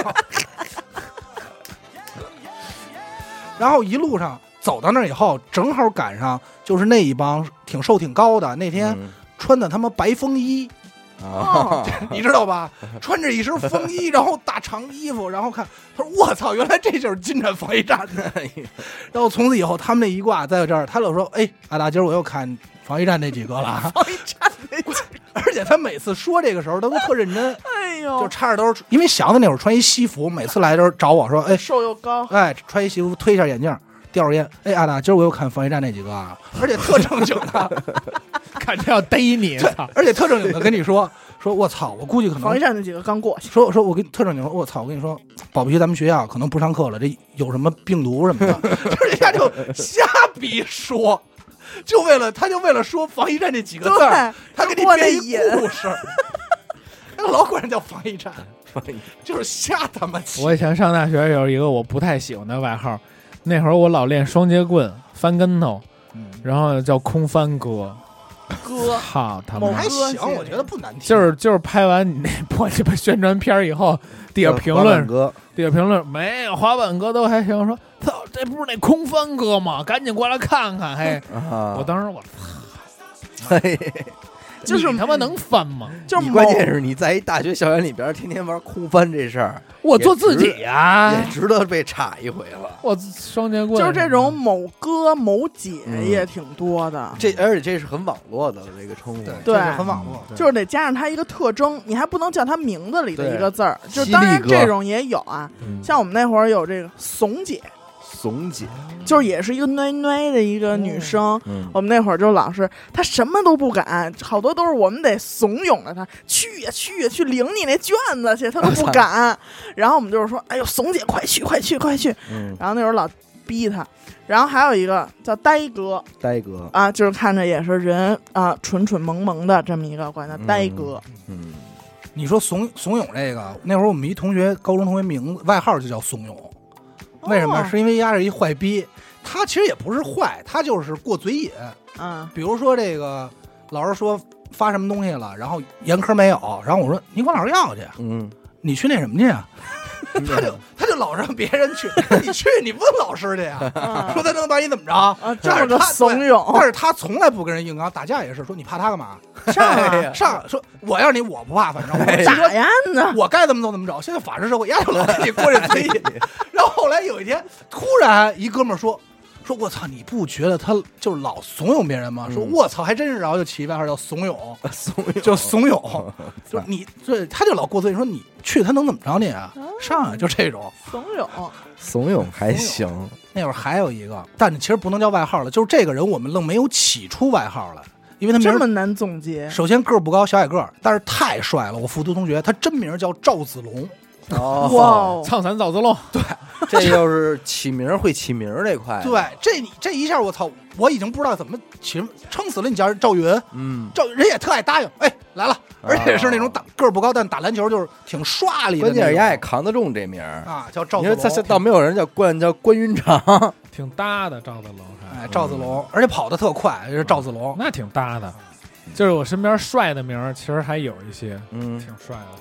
然后一路上。走到那儿以后，正好赶上就是那一帮挺瘦挺高的，那天穿的他妈白风衣，你知道吧？穿着一身风衣，然后大长衣服，然后看他说我操，原来这就是金盏防疫站的。然后从此以后，他们那一挂在这儿，他就说：“哎，阿达，今儿我又看防疫站那几个了。” 防疫站那几个， 而且他每次说这个时候，他都特认真。 哎呦， 就插着兜，因为祥子那会儿穿一西服，每次来这找我说：“哎， 瘦又高， 哎，穿一西服，推一下眼镜。”叼着烟，哎，阿达，今儿我又看防疫站那几个啊，而且特正经的， 感觉要逮你， 而且特正经的跟你说，我操，我估计可能防疫站那几个刚过去， 说我跟特正经说，我操，我跟你说，保不齐咱们学校可能不上课了，这有什么病毒什么的，这人家就瞎逼说，他就为了说防疫站这几个字，他给你编一故事，那老管人叫防疫站，就是瞎他妈气。 我以前上大学有一个我不太喜欢的外号。那会儿我老练双节棍翻跟头，然后叫空翻哥，好他妈还行，我觉得不难听。 就是拍完你那破鸡巴宣传片以后，底下评论没有滑板哥都还行，说操，这不是那空翻哥吗？赶紧过来看看。嘿，我当时我操，就是你他妈能翻吗？ 就是关键是你在一大学校园里边天天玩空翻这事儿， 我做自己呀， 也值得被插一回了。 我双节棍就是这种某哥某姐也挺多的， 而且这是很网络的这个称呼， 对， 很网络， 就是得加上他一个特征，你还不能叫他名字里的一个字儿。就当然这种也有啊，像我们那会儿有这个怂姐。 怂姐就是也是一个奶奶的一个女生，我们那会儿就老是她什么都不敢，好多都是我们得怂恿着她去呀去呀去领你那卷子去，她都不敢。然后我们就是说，哎呦，怂姐快去快去快去。然后那会儿老逼她。然后还有一个叫呆哥啊，就是看着也是人啊蠢蠢萌萌的这么一个，管他呆哥。 你说怂恿这个，那会儿我们一同学，高中同学名字外号就叫怂恿。为什么？是因为丫是一坏逼，他其实也不是坏，他就是过嘴瘾。比如说这个老师说发什么东西了，然后严科没有，然后我说你管老师要去，你去那什么去啊？他就老让别人去，你去你问老师去呀，说他能把你怎么着？ 这么个怂恿， 但是他从来不跟人硬刚，打架也是说你怕他干嘛？上说我要是你我不怕，反正我打呀呢， 我该怎么走怎么着。现在法治社会，丫就老跟你过这嘴瘾。然后后来有一天，突然一哥们儿说我操，你不觉得他就是老怂恿别人吗？说我操，还真是，然后就起外号叫怂恿，就怂恿，就是你这他就老过嘴，说你去他能怎么着你啊？上来就这种怂恿还行。 那会儿还有一个，但其实不能叫外号了，就是这个人我们愣没有起出外号来，因为他这么难总结。 首先个儿不高，小矮个儿，但是太帅了。我复读同学，他真名叫赵子龙。 哇， 唱伞赵子龙， 对， 这就是起名会起名这块。 对，这一下我操，我已经不知道怎么起，撑死了你叫赵云，赵人也特爱答应，哎来了，而且是那种个儿不高，但打篮球就是挺刷里的。 关键是人也扛得重这名啊，叫赵子龙。 你说倒没有人叫关云长， 挺搭的赵子龙。 哎，赵子龙，而且跑得特快，就是赵子龙， 那挺搭的。就是我身边帅的名儿，其实还有一些，挺帅的。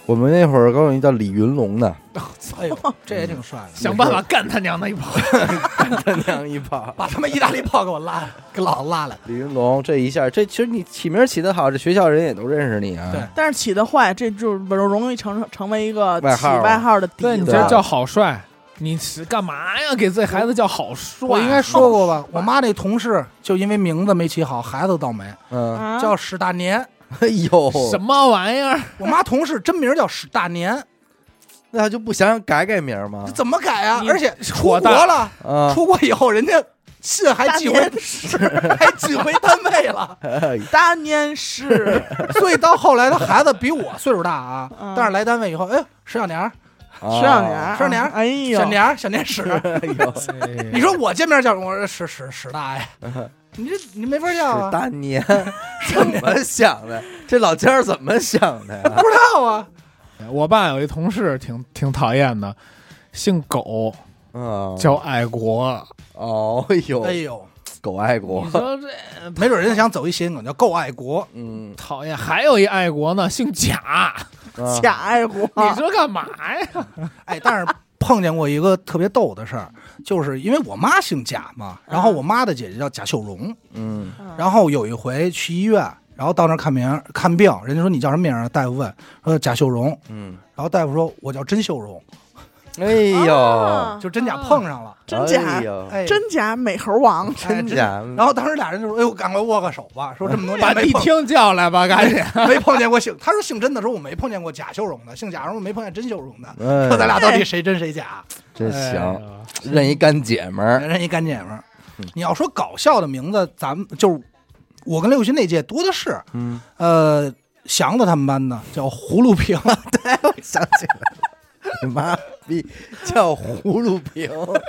我们那会儿高有一叫李云龙的， 哎呦，这也挺帅的， 想办法干他娘的一炮， 干他娘一炮， 把他们意大利炮给我拉，给老子拉来。 李云龙这一下，这其实你起名起得好，这学校人也都认识你啊。 对， 但是起得坏，这就容易成为一个起外号的底子。 对，你这叫好帅，你是干嘛呀？给自己孩子叫好帅？ 我应该说过吧，我妈那同事就因为名字没起好，孩子倒霉，叫史大年。 哎呦， 什么玩意儿？ 我妈同事真名叫史大年， 那他就不想改名吗？ 怎么改啊？而且出国了，出国以后人家信还寄回单位了， 大年是。 所以到后来他孩子比我岁数大啊，但是来单位以后，哎，石小年， 哎呦， 小年史，你说我见面叫我说史大爷。你没法叫啊！ 大年怎么想的？这老家怎么想的呀？ 不知道啊。 我爸有一同事挺讨厌的，姓狗，叫爱国。 哦呦，狗爱国。 你说这没准人家想走一谐音梗叫够爱国。 讨厌。还有一爱国呢，姓贾， 贾爱国。 你说干嘛呀？ 哎，但是碰见过一个特别逗的事儿。就是因为我妈姓贾嘛，然后我妈的姐姐叫贾秀荣，然后有一回去医院，然后到那儿看病，人家说你叫什么名啊？大夫问说贾秀荣，然后大夫说我叫甄秀荣， 哎呦， 就真假碰上了， 真假，真假美猴王， 真假。 然后当时俩人就说：“哎呦，赶快握个手吧！”说这么多年把一听叫来吧，赶紧没碰见过他说姓甄的时候我没碰见过贾秀荣的，姓贾的时候我没碰见甄秀荣的，说咱俩到底谁真谁假？ 真行，认一干姐们儿， 认一干姐们儿。你要说搞笑的名字，咱们就是我跟刘雨欣那届多的是，祥子他们班的叫葫芦瓶， 对，我想起来了，你妈逼叫葫芦瓶。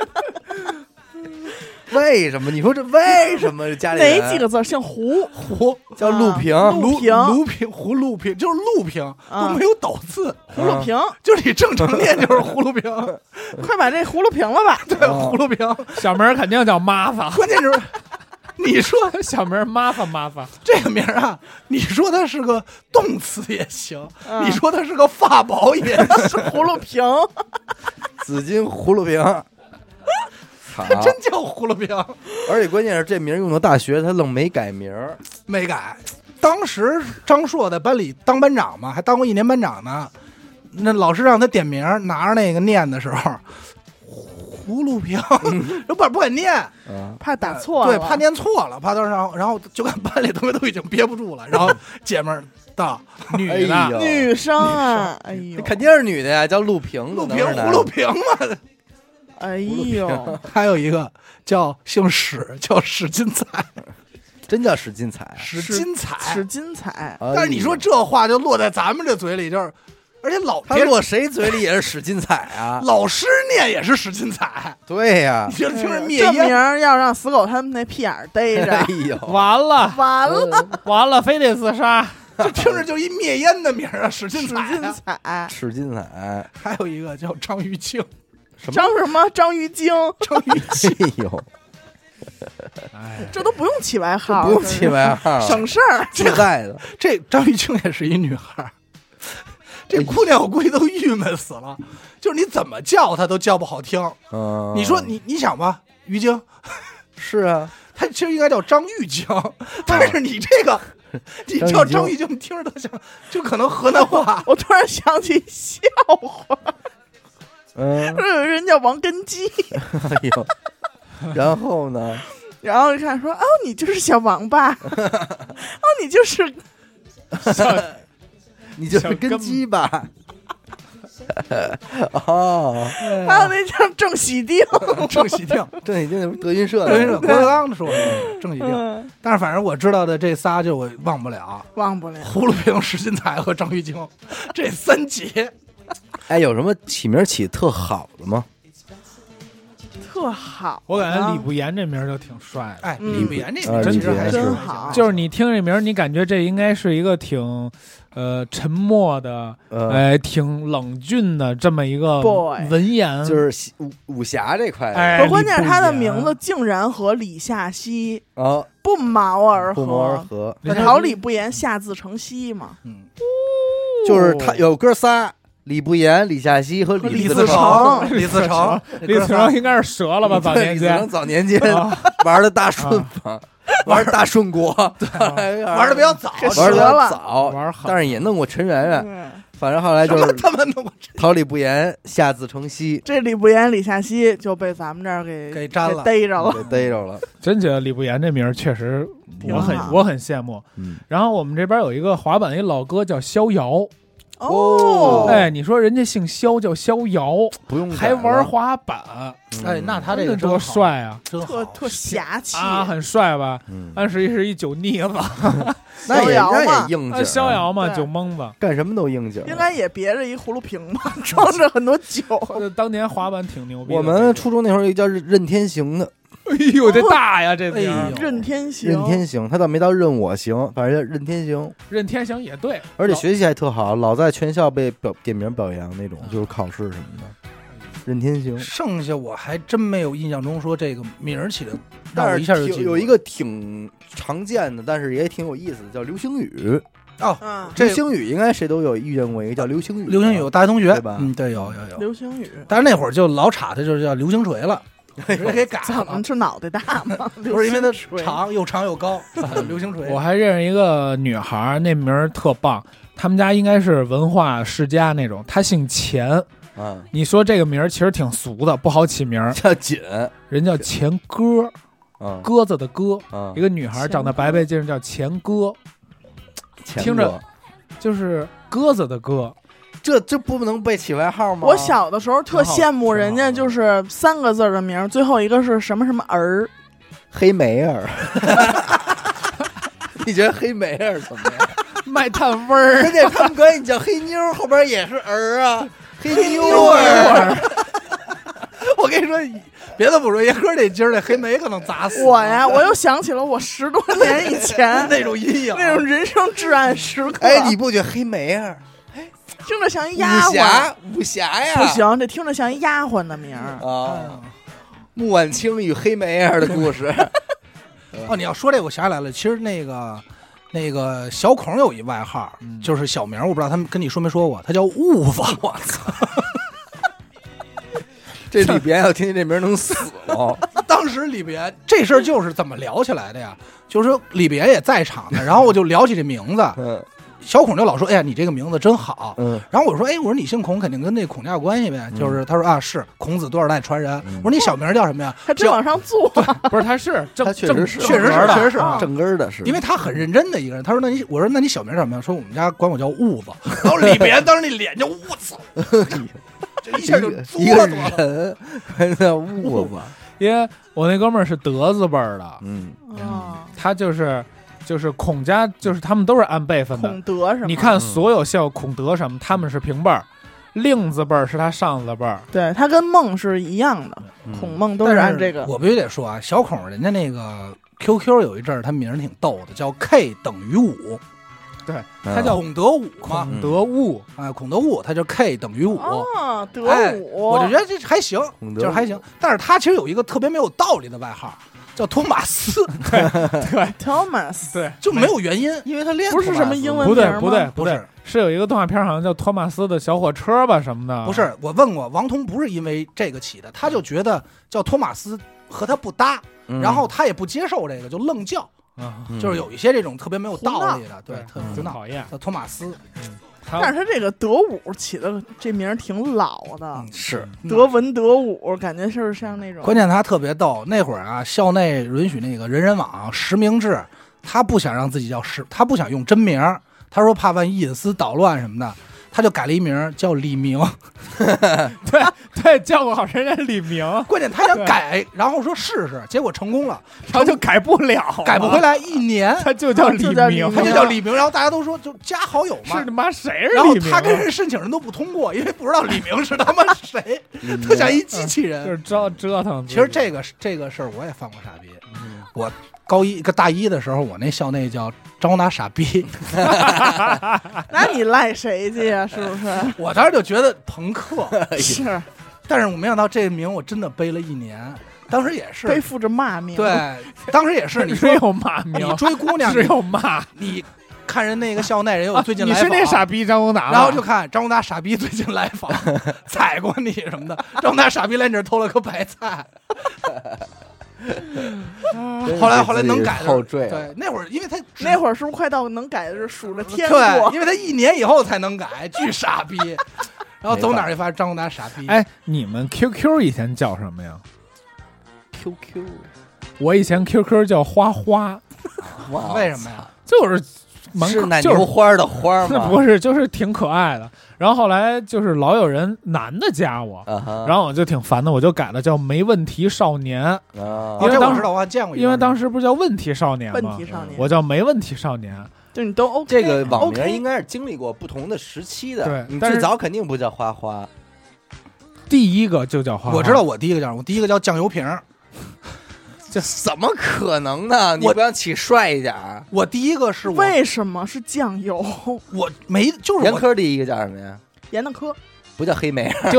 为什么？你说这为什么家里哪几个字姓胡叫陆平？ 葫芦瓶就是陆平，都没有斗字。 葫芦瓶就是你正常念就是葫芦瓶。 快把这葫芦瓶了吧？ 对，葫芦瓶。 小名肯定叫妈发， 关键是你说小名妈发这个名啊，你说它是个动词也行，你说它是个法宝也是葫芦瓶， 紫金葫芦瓶。 他真叫葫芦瓶， 而且关键是这名用到大学，他愣没改名， 没改。当时张硕在班里当班长嘛，还当过1年班长呢。那老师让他点名，拿着那个念的时候，葫芦瓶，不敢念， 怕打错了， 对，怕念错了，怕到然后就看班里同学都已经憋不住了，然后姐们儿的女生啊，哎呦， 肯定是女的呀，叫陆平， 葫芦瓶嘛。 哎呦， 还有一个叫姓史，叫史金彩， 真叫史金彩， 史金彩。但是你说这话就落在咱们这嘴里，就是而且他落谁嘴里也是史金彩啊， 老师念也是史金彩。 对呀， 你就听着灭烟，这名要让死狗他们那屁眼逮着， 哎呦， 完了，非得自杀。 这听着就一灭烟的名啊，史金彩。 史金彩， 还有一个叫张玉庆。 张什么？张玉京， 张玉清。 哎呦， 这都不用起外号， 不用起外号， 省事儿。 自在的， 这张玉清也是一女孩。这姑娘我估计都郁闷死了，就是你怎么叫她都叫不好听。你说你想吧，于晶是啊， 她其实应该叫张玉晶，但是你这个你叫张玉晶，听着都像就可能河南话。 我突然想起笑话。有人叫王根基， 哎呦，然后呢？ 然后就看说，哦，你就是小王八，哦，你就是根基吧？哦， 还有那叫郑喜定， 郑喜定德云社的， 郭德纲说的郑喜定。但是反正我知道的这仨就我忘不了，葫芦瓶、史金彩和张玉京这3杰。 哎，有什么起名起特好的吗？ 特好， 我感觉李不言这名就挺帅的。 哎，李不言这名其实还真好， 就是你听这名，你感觉这应该是一个挺沉默的，挺冷峻的这么一个文言， 就是武侠这块。 可关键是他的名字竟然和李夏曦不谋而合，可桃李不言，下自成蹊嘛。 就是他有哥仨。李不言、李夏曦和李自成， 李自成应该是折了吧？早年间， 李自成早年间玩的大顺嘛，玩大顺国， 玩的比较早， 玩的比较早，但是也弄过陈圆圆。反正后来就是他们弄讨李不言，下自成蹊。 这李不言、李夏曦就被咱们这儿给粘了， 逮着了， 给逮着了。 真觉得李不言这名确实我很羡慕。然后我们这边有一个滑板一老哥叫逍遥。 哦， 哎，你说人家姓肖叫逍遥， 不用还玩滑板， 哎，那他这个多帅啊， 特侠气啊，很帅吧？按实际是一酒腻子， 那也硬劲， 逍遥嘛，酒蒙子， 干什么都硬劲， 应该也别着一葫芦瓶吧，装着很多酒。 当年滑板挺牛逼的。 我们初中那会儿有一个叫任天行的。 哎呦，这大呀，这名任天行， 任天行，他倒没到任我行，反正叫任天行。 任天行也对， 而且学习还特好，老在全校被点名表扬那种，就是考试什么的。任天行， 剩下我还真没有印象中说这个名儿起的， 但是一下就记住有一个挺常见的，但是也挺有意思的，叫流星雨。 哦， 流星雨应该谁都有遇见过一个叫流星雨， 流星雨有大学同学对吧？ 对，有流星雨， 但是那会儿就老插它就是叫流星锤了。直接给改了， 怎么是脑袋大吗？ 不是因为它长又高，流星锤。 我还认识一个女孩，那名儿特棒，他们家应该是文化世家那种，她姓钱。你说这个名儿其实挺俗的，不好起名儿， 叫锦， 人叫钱鸽，鸽子的鸽，一个女孩长得白白净净，叫钱鸽，听着就是鸽子的鸽。 这不能被起外号吗？ 我小的时候特羡慕人家，就是3个字的名，最后一个是什么什么儿， 黑梅儿。你觉得黑梅儿怎么样？ 卖炭味儿， 而且他们管你叫黑妞，后边也是儿啊，黑妞儿。 我跟你说，别的不说，爷哥这今儿这黑莓可能砸死我呀！我又想起了我10多年以前那种阴影， 那种人生至暗时刻。 哎，你不觉得黑梅儿？ 听着像一丫鬟， 武侠呀！ 不行，这听着像一丫鬟的名儿啊。穆婉清与黑梅儿的故事。 哦，你要说这个，我想起来了，其实那个小孔有一外号，就是小名，我不知道他们跟你说没说过，他叫痦子。我操！ 这李别要听见这名能死了。 当时李别这事儿就是怎么聊起来的呀？就是说李别也在场呢，然后我就聊起这名字。小孔就老说：“哎呀，你这个名字真好。”然后我说：“哎，我说你姓孔，肯定跟那孔家有关系呗。”就是他说：“啊，是孔子多少代传人。”我说：“你小名叫什么呀？” 还真往上做， 不是，他是他确实是正根的，是因为他很认真的一个人。他说：“我说那你小名叫什么呀？”说我们家管我叫痦子。然后李别当时那脸就痦子，这一下就一个人叫痦子。 因为我那哥们儿是德字辈儿的，他就是孔家，就是他们都是按辈分的。 孔德是吗？ 你看所有像孔德什么，他们是平辈儿，令字辈儿是他上字辈儿。 对，他跟孟是一样的，孔孟都是按这个。 我必须得说啊，小孔人家那个 QQ 有一阵儿，他名儿挺逗的，叫 K 等于5。 对，他叫孔德武嘛， 孔德武， 哎，孔德武，他叫 K 等于5。 哦，德武， 我就觉得这还行，就是还行。但是他其实有一个特别没有道理的外号。叫托马斯， 对 ，Thomas， 对， 就没有原因， 因为他练不是什么英文名吗？ 不对，是有一个动画片好像叫托马斯的小火车吧什么的。 不是，我问过王彤，不是因为这个起的，他就觉得叫托马斯和他不搭，然后他也不接受这个，就愣叫，就是有一些这种特别没有道理的，对，特别讨厌， 叫托马斯。 但是他这个德武起的这名挺老的， 是德文德武，感觉是像那种。 关键他特别逗，那会儿啊，校内允许那个人人网实名制，他不想让自己叫他不想用真名，他说怕万一隐私捣乱什么的，他就改了一名叫李明。 对，叫过好人家李明。 关键他想改，然后说试试，结果成功了， 然后就改不了， 改不回来1年， 他就叫李明， 他就叫李明，然后大家都说就加好友嘛， 是他妈谁是李明？ 然后他跟人申请人都不通过，因为不知道李明是他妈谁，特像一机器人， 就是折腾。 其实这个事儿我也犯过傻逼，我大一的时候，我那校内叫招拿傻逼， 那你赖谁去呀？是不是？ 我当时就觉得朋克是， 但是我没想到这个名我真的背了1年，当时也是背负着骂名。 对，当时也是你说有骂名， 你追姑娘是有骂你看人那个校内人有最近来访， 你是那傻逼张宏达， 然后就看张宏达傻逼最近来访，踩过你什么的，张宏达傻逼来你这偷了颗白菜。后来能改的，对，那会儿因为他那会儿是不是快到能改的是数着天过？对，因为他1年以后才能改，巨傻逼。然后走哪儿就发现张宏达傻逼。 哎，你们 QQ 以前叫什么呀 ？QQ， 我以前 QQ 叫花花， 为什么呀？ 就是是奶牛花的花吗？ 不是，就是挺可爱的。然后后来就是老有人男的加我，然后我就挺烦的，我就改了叫没问题少年。 因为当时我见过， 因为当时不是叫问题少年吗？ 问题少年， 我叫没问题少年。 就你都 OK， 这个网名应该是经历过不同的时期的。 对， 你最早肯定不叫花花， 第一个就叫花花。 我知道我第一个叫什么，我第一个叫酱油瓶。 这怎么可能呢？你不要起帅一点。 我第一个是我为什么是酱油？ 我没就是严科第一个叫什么呀？ 严的科不叫黑莓， 就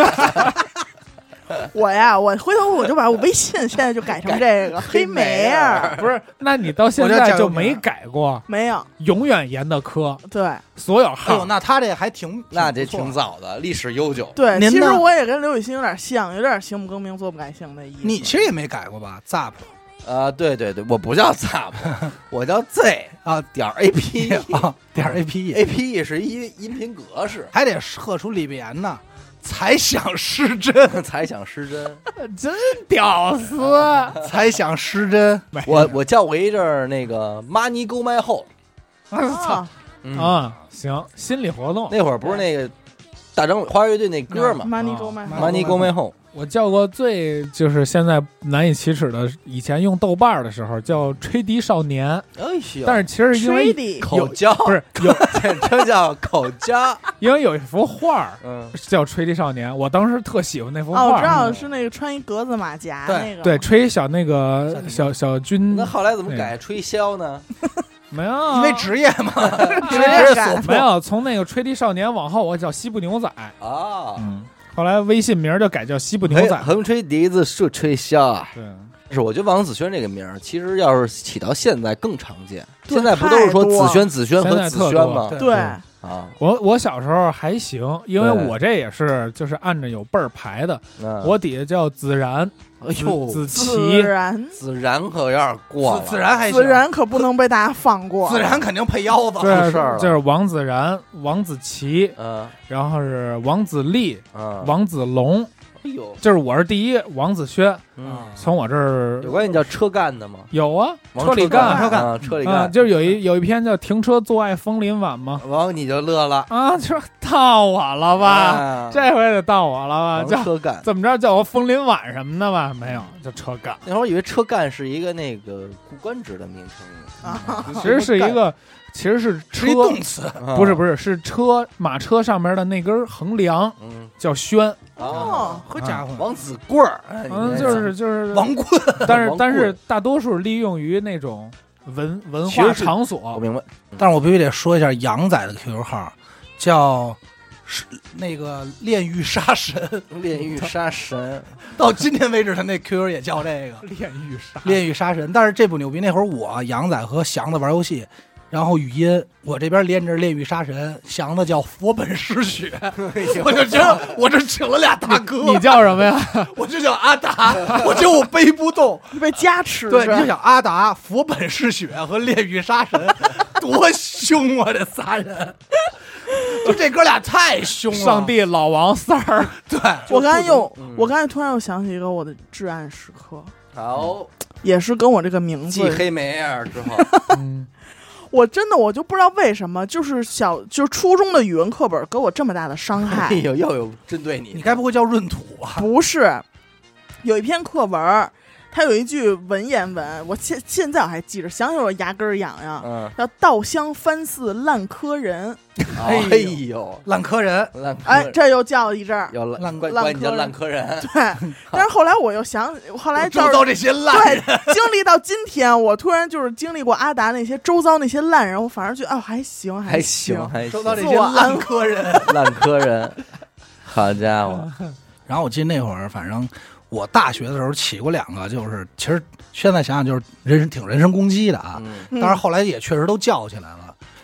我呀，我回头我就把我微信现在就改成这个黑莓儿。 不是，那你到现在就没改过？ 没有， 永远严的科。 对， 所有号。 那他这还那这挺早的，历史悠久。 对，其实我也跟刘雨欣有点像，有点行不更名，坐不改姓的意思。 你其实也没改过吧 ？Zap。 对对对，我不叫 Zap， 我叫 Z 啊点 APE 啊点 APE 是音频格式， 还得喝出里边呢。才想失真， 才想失真， 真屌丝！ 才想失真。 我叫过一阵儿那个 Money Go My Home， 操啊！行，心理活动。 那会儿不是那个大张伟花乐队那歌嘛 ？Money Go My Home。 我叫过最就是现在难以启齿的，以前用豆瓣的时候叫吹笛少年，但是其实因为口交不是有简称叫口交， 因为有一幅画，叫吹笛少年，我当时特喜欢那幅画。 我知道是那个穿一格子马甲那个， 对，吹小那个小军。 那后来怎么改吹箫呢？ 没有， 因为职业嘛， 职业感没有。从那个吹笛少年往后，我叫西部牛仔啊。 后来微信名就改叫西部牛仔， 横吹笛子，竖吹箫啊。 对， 是我觉得王子轩这个名儿，其实要是起到现在更常见。现在不都是说子轩和子轩吗？ 对啊， 我小时候还行，因为我这也是就是按着有辈儿排的，我底下叫子然。 哎呦， 子琪， 子然可有点过了， 子然还行， 子然可不能被大家放过， 子然肯定配腰子， 对， 事儿就是王子然、王子琪，然后是王子立，王子龙， 哎呦， 就是我是第一，王子轩，从我这儿有关你叫车干的吗？ 有啊，车里干， 车里干， 就是有一篇叫《停车坐爱枫林晚》嘛， 完你就乐了啊，说到我了吧，这回得到我了吧，叫车干， 怎么着叫我枫林晚什么的吧？没有，叫车干。 那会儿以为车干是一个那个官职的名称， 其实是一个。其实是一动词， 不是是车马车上面的那根横梁，叫宣。 哦， 好家伙， 王子棍儿， 就是王棍， 但是大多数利用于那种文化场所。 我明白， 但是我必须得说一下杨仔的 QQ 号，叫那个炼狱杀神， 炼狱杀神， 到今天为止他那 QQ 也叫这个炼狱杀神。但是这不牛逼，那会儿我杨仔和祥子玩游戏。然后语音，我这边连着炼狱杀神，祥子叫佛本失血，我就觉得我这请了俩大哥。 你叫什么呀？ 我就叫阿达，我觉得我背不动， 被加持。 对，你就想阿达、佛本失血和炼狱杀神，多凶啊！这仨人，就这哥俩太凶了。 上帝、老王三儿， 对我刚才突然又想起一个我的至暗时刻， 好， 也是跟我这个名字继黑莓儿之后， 我真的我就不知道为什么，就是初中的语文课本给我这么大的伤害。 哎呦，又有针对你， 你该不会叫闰土吧？ 不是，有一篇课文，它有一句文言文，我现在我还记着，想想我牙根痒痒。叫稻香翻似烂柯人。 哎呦， 烂柯人， 哎，这又叫了一阵儿， 要管你叫烂柯人。 对，但是后来我又想，后来周遭这些烂人， 经历到今天，我突然就是经历过阿达那些周遭那些烂人，我反而觉得还行， 还行， 周遭这些烂柯人， 烂柯人，好家伙！ 然后我记得那会儿，反正我大学的时候起过两个，就是其实现在想想就是挺人身攻击的啊，但是后来也确实都叫起来了。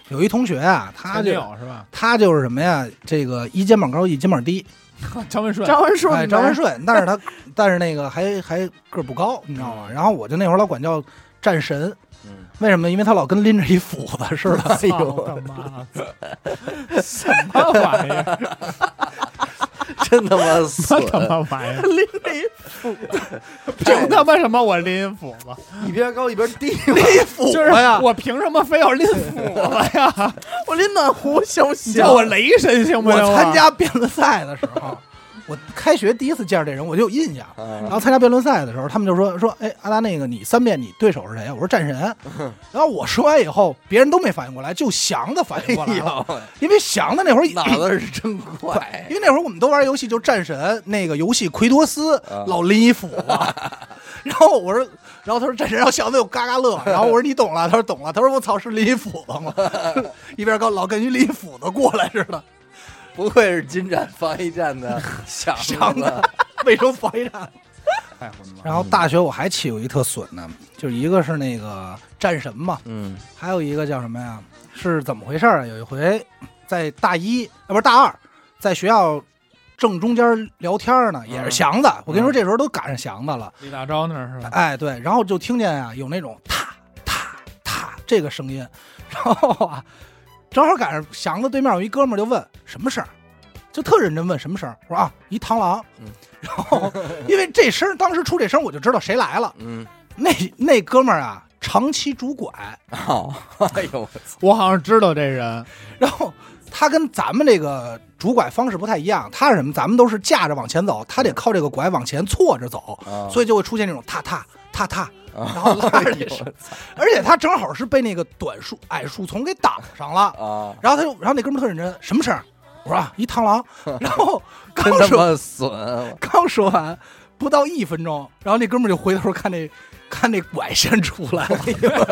有一同学啊，他是吧？ 他就是什么呀？这个一肩膀高一肩膀低， 张文顺， 但是那个还个不高，你知道吗？然后我就那会儿老管叫战神，为什么？因为他老跟拎着一斧子似的。 哎呦，他妈的，什么玩意儿？ 真他妈损！ 什么玩意儿？ 拎着一斧子， 凭他妈什么我拎斧子？ 一边高一边低， 拎斧子呀！ 我凭什么非要拎斧子呀？ 我拎暖壶行不行？ 叫我雷神行不行？ 我参加辩论赛的时候。我开学第一次见着这人，我就有印象。然后参加辩论赛的时候，他们就说，哎，阿达那个你3辩你对手是谁？我说战神。然后我说完以后，别人都没反应过来，就祥子反应过来了。因为祥子那会儿脑子是真快， 因为那会儿我们都玩游戏，就战神那个游戏奎托斯老拎一斧子。然后我说，然后他说战神，然后祥子又嘎嘎乐。然后我说你懂了，他说懂了。他说我操，是拎一斧子吗？一边高老跟一拎斧子过来似的。 不愧是金盏防疫站的祥子， 为什么防疫站？ 太混了。 然后大学我还起过一特损的，就是一个是那个战神嘛，还有一个叫什么呀？是怎么回事啊？有一回在大一不是大二，在学校正中间聊天呢，也是祥子。我跟你说，这时候都赶上祥子了。 李大钊那是吧？ 哎，对，然后就听见啊有那种踏踏踏这个声音，然后啊。正好赶上祥子对面有一哥们儿就问什么事儿，就特认真问什么事儿。我说啊，一螳螂。然后因为这声当时出这声，我就知道谁来了。那哥们儿啊，长期拄拐。 哎呦， 我好像知道这人。 然后他跟咱们这个拄拐方式不太一样，他是什么？咱们都是架着往前走，他得靠这个拐往前错着走，所以就会出现这种踏踏踏踏。然后拉着这声，而且他正好是被那个矮树丛给挡上了啊。然后那哥们特认真，什么声？我说啊，一螳螂。然后刚说完不到1分钟，然后那哥们就回头看那拐先出来了，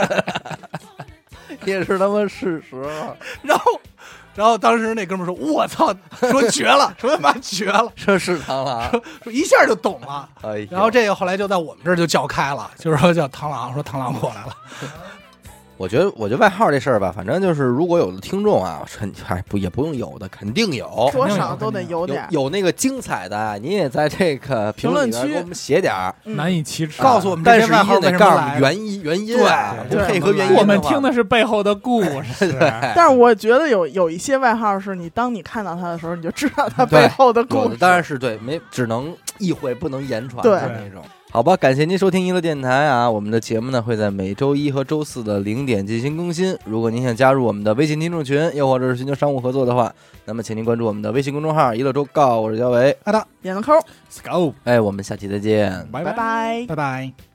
也是他妈事实。 然后当时那哥们说：“我操，说绝了，说他妈绝了， 这是螳螂， 说一下就懂了。”然后这个后来就在我们这儿就叫开了，就是说叫螳螂，说螳螂过来了。 我觉得外号这事儿吧，反正就是如果有的听众啊，也不用有的，肯定有， 多少都得有点有那个精彩的，你也在这个评论区给我们写点儿， 难以启齿， 告诉我们但是外号得告诉原因， 对， 配合原因。 我们听的是背后的故事。 但是我觉得有一些外号是你当你看到他的时候，你就知道他背后的故事。 当然是对，只能意会不能言传的那种。好吧，感谢您收听娱乐电台啊！我们的节目呢会在每周1和周4的0点进行更新。如果您想加入我们的微信听众群，又或者是寻求商务合作的话，那么请您关注我们的微信公众号“娱乐周告”，我是焦伟， 好的，点个扣 ，Let's go， 哎，我们下期再见， 拜拜， 拜拜。